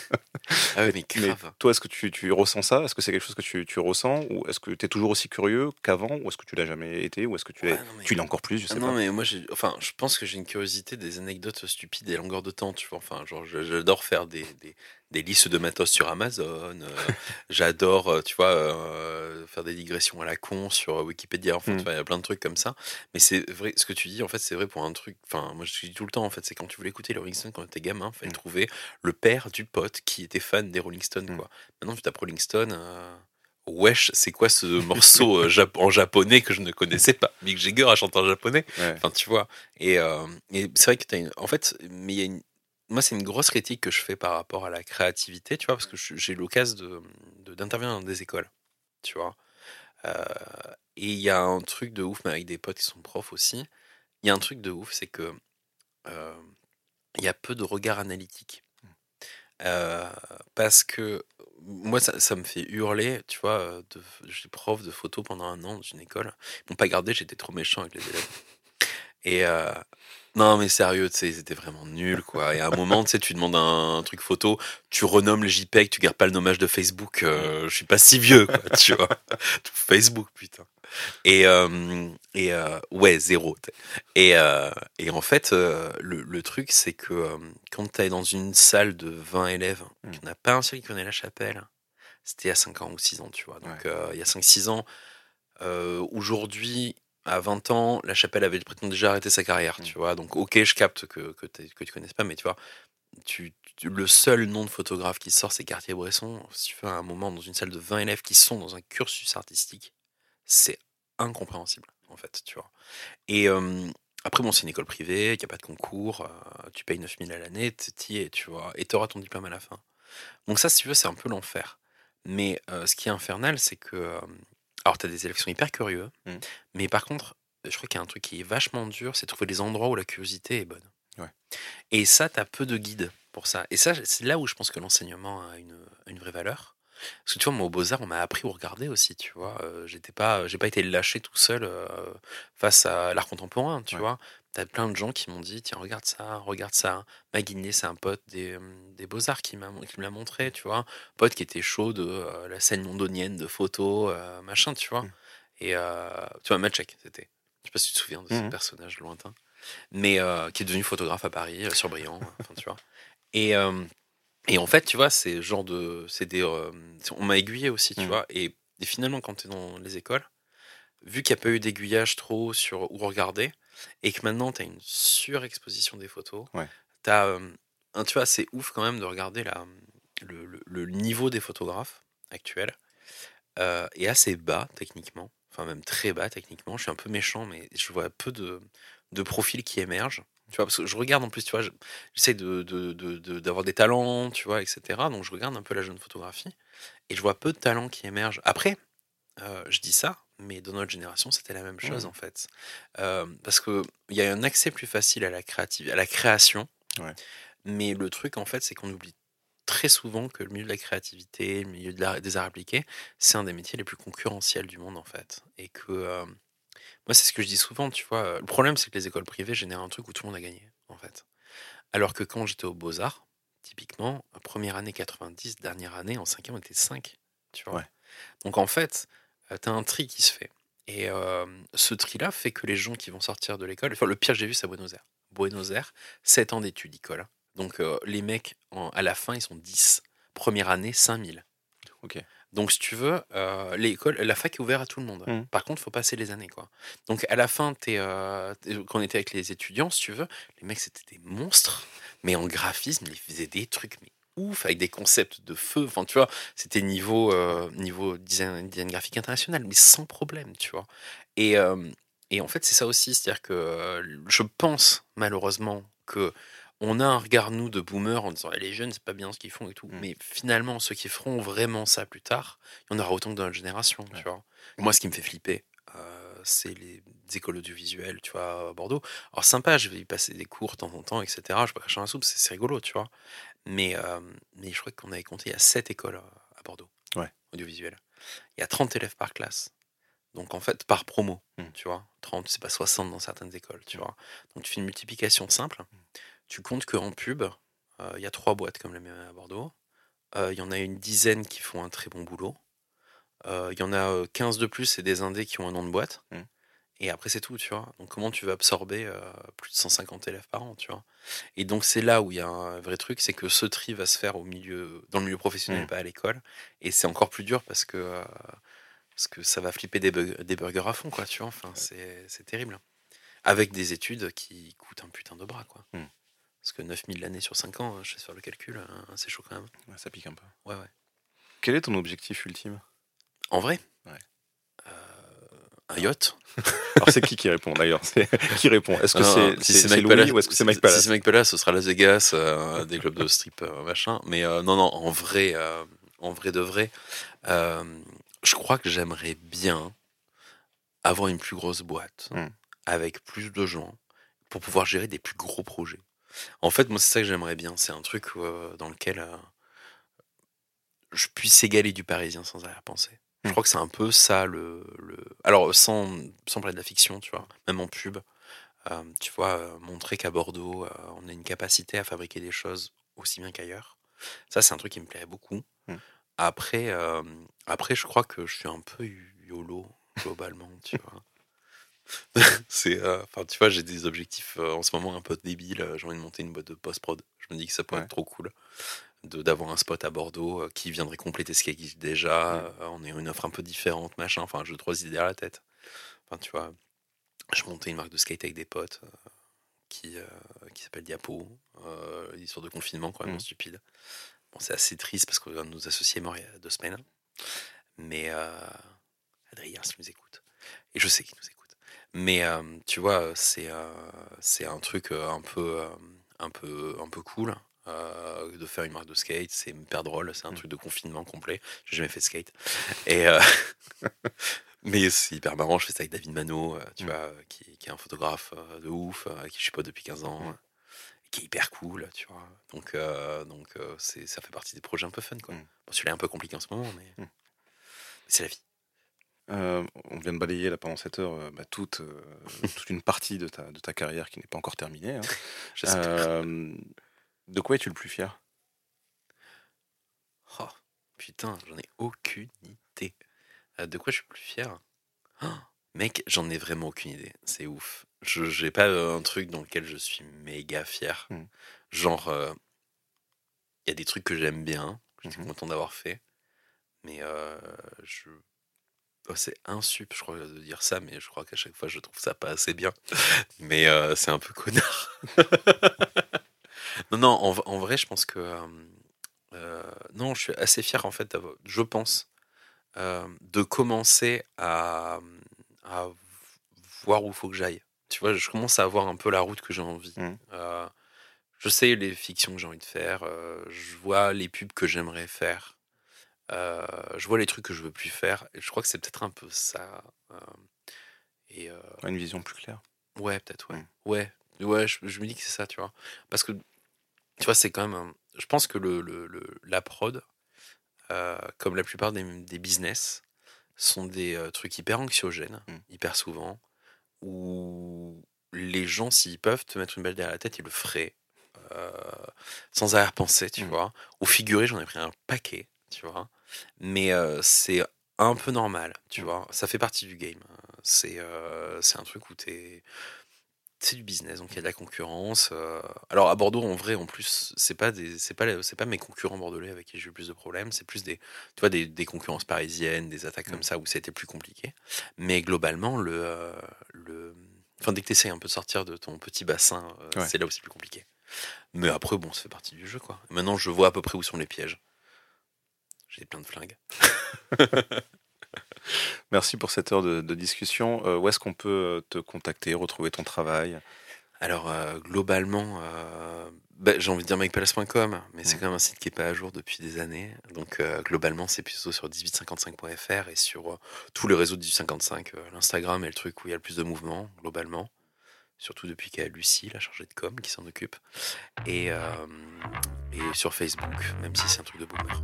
Ah ouais, mais Mais grave. toi, est-ce que tu, tu ressens ça? Est-ce que c'est quelque chose que tu, tu ressens? Ou est-ce que tu es toujours aussi curieux qu'avant? Ou est-ce que tu l'as jamais été? Ou est-ce que tu Ouais, l'es, non, mais. tu l'es encore plus? Je Ah sais non, pas. mais moi, j'ai, enfin, je pense que j'ai une curiosité des anecdotes stupides et longueurs de temps, tu vois. Enfin, genre, je- j'adore faire des, des, des listes de matos sur Amazon. euh, j'adore, euh, tu vois, euh, faire des digressions à la con sur euh, Wikipédia. Enfin, tu Hmm. vois, il y a plein de trucs comme ça. Mais c'est vrai, ce que tu dis, en fait, c'est vrai pour un truc. Enfin, moi, je dis tout le temps, en fait, c'est quand tu voulais écouter les Rolling Stones quand t'étais gamin, fallait Hmm. trouver le père du pote qui était fan des Rolling Stones, Hmm. quoi. Maintenant, tu tapes Rolling Stone. euh, Wesh, c'est quoi ce morceau euh, jap- en japonais que je ne connaissais pas? Mick Jagger a chanté en japonais. Ouais. Enfin, tu vois. Et, euh, et c'est vrai que t'as une... En fait, mais il y a une... moi, c'est une grosse critique que je fais par rapport à la créativité, tu vois, parce que je- j'ai l'occasion de, de- d'intervenir dans des écoles, tu vois. Euh, et il y a un truc de ouf, mais avec des potes qui sont profs aussi. Il y a un truc de ouf, c'est que euh, il y a peu de regard analytique. Euh, parce que moi, ça, ça me fait hurler, tu vois. euh, De, j'étais prof de photo pendant un an dans une école. Ils m'ont pas gardé, j'étais trop méchant avec les élèves. Et euh, non, mais sérieux, tu sais, ils étaient vraiment nuls, quoi. Et à un moment, tu sais, tu demandes un, un truc photo, tu renommes les JPEG, tu gardes pas le nommage de Facebook. euh, je suis pas si vieux, quoi, tu vois. Tout Facebook, putain. Et, euh, et euh, ouais, zéro. t'sais. Et, euh, et en fait, euh, le, le truc, c'est que euh, quand tu es dans une salle de vingt élèves, Hmm. qu'il n'y en a pas un seul qui connaît la chapelle, c'était il y a cinq ans ou six ans, tu vois. Donc Ouais. euh, il y a cinq six ans, euh, aujourd'hui, à vingt ans, la chapelle avait prétendu déjà arrêter sa carrière, Hmm. tu vois. Donc ok, je capte que, que, t'es- que tu connaisses pas, mais tu vois, tu, tu- le seul nom de photographe qui sort, c'est Cartier-Bresson. Si tu fais un moment dans une salle de vingt élèves qui sont dans un cursus artistique, c'est incompréhensible, en fait, tu vois. Et euh, après, bon, c'est une école privée, il n'y a pas de concours, euh, tu payes neuf mille à l'année, t'y es, tu vois, et t'auras ton diplôme à la fin. Donc ça, si tu veux, c'est un peu l'enfer. Mais euh, ce qui est infernal, c'est que... euh, alors, t'as des élèves qui sont hyper curieux, Hmm. mais par contre, je crois qu'il y a un truc qui est vachement dur, c'est trouver des endroits où la curiosité est bonne. Ouais. Et ça, t'as peu de guides pour ça. Et ça, c'est là où je pense que l'enseignement a une, a une vraie valeur. Parce que tu vois, moi, au Beaux-Arts, on m'a appris où regarder aussi, tu vois. Euh, j'étais pas, j'ai pas été lâché tout seul euh, face à l'art contemporain, tu Ouais. vois. T'as plein de gens qui m'ont dit, tiens, regarde ça, regarde ça. Maguinet, c'est un pote des, euh, des Beaux-Arts qui m'a, qui me l'a montré, tu vois. Pote qui était chaud de euh, la scène londonienne, de photos, euh, machin, tu vois. Hmm. Et euh, tu vois, Matchek, c'était. Je sais pas si tu te souviens de ce Mhm. personnage lointain, mais euh, qui est devenu photographe à Paris, euh, sur Briand, enfin, tu vois. Et, euh, et en fait, tu vois, c'est genre de. C'est des. euh, on m'a aiguillé aussi, tu Hmm. vois. Et, et finalement, quand tu es dans les écoles, vu qu'il n'y a pas eu d'aiguillage trop sur où regarder, et que maintenant tu as une surexposition des photos, Ouais. t'as, euh, un- tu vois, c'est ouf quand même de regarder la, le, le- le niveau des photographes actuels euh, est assez bas techniquement, enfin même très bas techniquement. Je suis un peu méchant, mais je vois peu de, de profils qui émergent. Tu vois, parce que je regarde en plus, tu vois, je- j'essaie de, de- de- de- d'avoir des talents, tu vois, et cetera. Donc je regarde un peu la jeune photographie et je vois peu de talents qui émergent. Après, euh, je dis ça, mais dans notre génération, c'était la même chose Hmm. en fait. Euh, parce que il y a un accès plus facile à la créative, à la création, Ouais. mais le truc en fait, c'est qu'on oublie très souvent que le milieu de la créativité, le milieu de l'art- des arts appliqués, c'est un des métiers les plus concurrentiels du monde en fait. Et que euh, moi, c'est ce que je dis souvent, tu vois. euh, Le problème, c'est que les écoles privées génèrent un truc où tout le monde a gagné en fait. Alors que quand j'étais aux Beaux-Arts, typiquement, première année quatre-vingt-dix, dernière année, en cinquième, on était cinq, tu vois. Ouais. Donc en fait, euh, t'as un tri qui se fait. Et euh, ce tri-là fait que les gens qui vont sortir de l'école, enfin le pire que j'ai vu, c'est à Buenos Aires. Buenos Aires, sept ans d'études école. Donc euh, les mecs, en- à la fin, ils sont dix. Première année, cinq mille. Ok. Donc, si tu veux, euh, l'école, la fac est ouverte à tout le monde. Mmh. Par contre, faut passer les années, quoi. Donc, à la fin, t'es, euh, t'es- quand on était avec les étudiants, si tu veux, les mecs, c'était des monstres. Mais en graphisme, ils faisaient des trucs, mais ouf, avec des concepts de feu. Enfin, tu vois, c'était niveau, euh, niveau design, design graphique international, mais sans problème, tu vois. Et, euh, et en fait, c'est ça aussi. C'est-à-dire que euh, je pense, malheureusement, que on a un regard, nous, de boomer en disant «Eh, les jeunes, c'est pas bien ce qu'ils font et tout. Mmh. Mais finalement, ceux qui feront vraiment ça plus tard, il y en aura autant que dans notre génération, Ouais. tu vois. Moi, ce qui me fait flipper, euh, c'est les écoles audiovisuelles, tu vois, à Bordeaux. Alors, sympa, je vais y passer des cours de temps en temps, et cetera. Je peux cracher un soupe, c'est c'est rigolo, tu vois. Mais, euh, mais je crois qu'on avait compté, il y a sept écoles euh, à Bordeaux, Ouais. audiovisuelles. Il y a trente élèves par classe. Donc, en fait, par promo, Mmh. tu vois. trente, c'est pas soixante dans certaines écoles, tu vois. Donc, tu fais une multiplication simple. Tu comptes qu'en pub, euh, il y a trois boîtes comme la mienne à Bordeaux. Euh, Il y en a une dizaine qui font un très bon boulot. Euh, Il y en a euh, quinze de plus, c'est des indés qui ont un nom de boîte. Mm. Et après, c'est tout, tu vois. Donc, comment tu vas absorber euh, plus de cent cinquante élèves par an, tu vois. Et donc, c'est là où il y a un vrai truc, c'est que ce tri va se faire au milieu, dans le milieu professionnel, Mm. pas à l'école. Et c'est encore plus dur parce que, euh, parce que ça va flipper des, bug- des burgers à fond, quoi, tu vois. Enfin, c'est c'est terrible. Avec des études qui coûtent un putain de bras, quoi. Mm. Parce que neuf mille l'année sur cinq ans, je sais faire le calcul, hein, c'est chaud quand même. Ouais, ça pique un peu. Ouais, ouais. Quel est ton objectif ultime? En vrai, Ouais. un yacht. Alors c'est qui qui répond d'ailleurs? C'est- Qui répond? Est-ce que Non, c'est non, si c'est- c'est c'est Mike Louis Palace, ou est-ce que c'est si- Mike Palace? si c'est Mike Palace, ce sera Las Vegas, euh, des clubs de strip, euh, machin. Mais euh, non, non, en vrai, euh, en vrai de vrai, euh, je crois que j'aimerais bien avoir une plus grosse boîte Mm. avec plus de gens pour pouvoir gérer des plus gros projets. En fait, moi, c'est ça que j'aimerais bien. C'est un truc euh, dans lequel euh, je puisse égaler du parisien sans arrière-pensée. Je Mm. crois que c'est un peu ça le. le... Alors, sans, sans parler de la fiction, tu vois, même en pub, euh, tu vois, euh, montrer qu'à Bordeaux, euh, on a une capacité à fabriquer des choses aussi bien qu'ailleurs. Ça, c'est un truc qui me plairait beaucoup. Mm. Après, euh, après, je crois que je suis un peu YOLO, globalement, tu vois. C'est, euh, enfin, tu vois, j'ai des objectifs euh, en ce moment un peu débiles. Euh, J'ai envie de monter une boîte de post-prod. Je me dis que ça pourrait Ouais. être trop cool de d'avoir un spot à Bordeaux euh, qui viendrait compléter ce qui existe déjà. Mm. Euh, on est une offre un peu différente, machin. Enfin, j'ai trois idées à la tête. Enfin, tu vois, je montais une marque de skate avec des potes euh, qui, euh, qui s'appelle Diapo. Euh, histoire de confinement, quand même, Mm. stupide. Bon, c'est assez triste parce qu'on nos associés est mort il y a deux semaines. Mais euh, Adrien, s'il nous écoute. Et je sais qu'il nous écoute. Mais euh, tu vois, c'est euh, c'est un truc euh, un peu, euh, un peu, un peu cool euh, de faire une marque de skate. C'est hyper drôle. C'est un Mm. truc de confinement complet. J'ai jamais fait de skate. Et euh, mais c'est hyper marrant. Je fais ça avec David Mano, euh, tu Mm. vois, qui, qui est un photographe euh, de ouf, euh, qui je suis pas depuis quinze ans, Mm. euh, qui est hyper cool, tu vois. Donc, euh, donc euh, c'est, ça fait partie des projets un peu fun, quoi. Mm. Bon, celui-là est un peu compliqué en ce moment, mais, Mm. mais c'est la vie. Euh, on vient de balayer là pendant cette heure euh, bah, toute, euh, toute une partie de ta, de ta carrière qui n'est pas encore terminée. Hein. J'espère. Euh, de quoi es-tu le plus fier? Oh, putain, j'en ai aucune idée. Euh, de quoi je suis le plus fier? Oh, mec, j'en ai vraiment aucune idée. C'est ouf. Je j'ai pas euh, un truc dans lequel je suis méga fier. Mm. Genre, il y a des trucs que j'aime bien, que j'étais Mhm. content d'avoir fait, mais euh, je... oh, c'est insup, je crois, de dire ça, mais je crois qu'à chaque fois, je trouve ça pas assez bien. Mais euh, c'est un peu connard. Non, non, en, v- en vrai, je pense que... euh, euh, non, je suis assez fier, en fait, d'avoir- je pense, euh, de commencer à, à voir où il faut que j'aille. Tu vois, je commence à avoir un peu la route que j'ai envie. Mm. Euh, je sais les fictions que j'ai envie de faire, euh, je vois les pubs que j'aimerais faire, euh, je vois les trucs que je veux plus faire, et je crois que c'est peut-être un peu ça. euh, et euh, Une vision plus claire. ouais, peut-être, ouais. Mm. Ouais, ouais, je, je me dis que c'est ça, tu vois. Parce que, tu vois, c'est quand même... un- je pense que le, le- le- la prod, euh, comme la plupart des, des business, sont des euh, trucs hyper anxiogènes, Mm. hyper souvent, où les gens, s'ils peuvent te mettre une balle derrière la tête, ils le feraient. euh, sans arrière-pensée, tu Mm. vois. Au figuré, j'en ai pris un paquet, tu vois. Mais euh, c'est un peu normal, tu Mm. vois. Ça fait partie du game. C'est euh, c'est un truc où t'es c'est du business, donc il y a de la concurrence. euh. Alors à Bordeaux, en vrai, en plus, c'est pas des, c'est pas, les- c'est pas mes concurrents bordelais avec qui j'ai eu le plus de problèmes. C'est plus des, tu vois, des, des concurrences parisiennes, des attaques comme Mm. ça où ça a été plus compliqué. Mais globalement, le, euh, le, enfin, dès que tu essaies un peu de sortir de ton petit bassin, euh, Ouais. c'est là où c'est plus compliqué. Mais après, bon, ça fait partie du jeu, quoi. Maintenant, je vois à peu près où sont les pièges. J'ai plein de flingues. Merci pour cette heure de, de discussion. Euh, où est-ce qu'on peut euh, te contacter, retrouver ton travail? Alors, euh, globalement, euh, bah, j'ai envie de dire mike palace point com, mais c'est Mm. quand même un site qui n'est pas à jour depuis des années. Donc, euh, globalement, c'est plutôt sur dix-huit cinquante-cinq point f r et sur euh, tous les réseaux de dix-huit cinquante-cinq. Euh, L'Instagram est le truc où il y a le plus de mouvement, globalement. Surtout depuis qu'il y a Lucie, la chargée de com, qui s'en occupe. Et, euh, et sur Facebook, même si c'est un truc de boomer.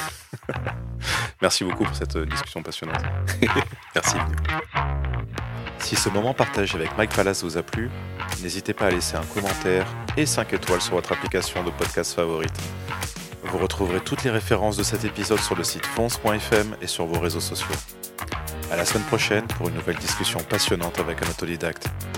Merci beaucoup pour cette euh, discussion passionnante. Merci. Si ce moment partagé avec Mike Palace vous a plu, n'hésitez pas à laisser un commentaire et cinq étoiles sur votre application de podcast favorite. Vous retrouverez toutes les références de cet épisode sur le site fonce point f m et sur vos réseaux sociaux. À la semaine prochaine pour une nouvelle discussion passionnante avec un autodidacte.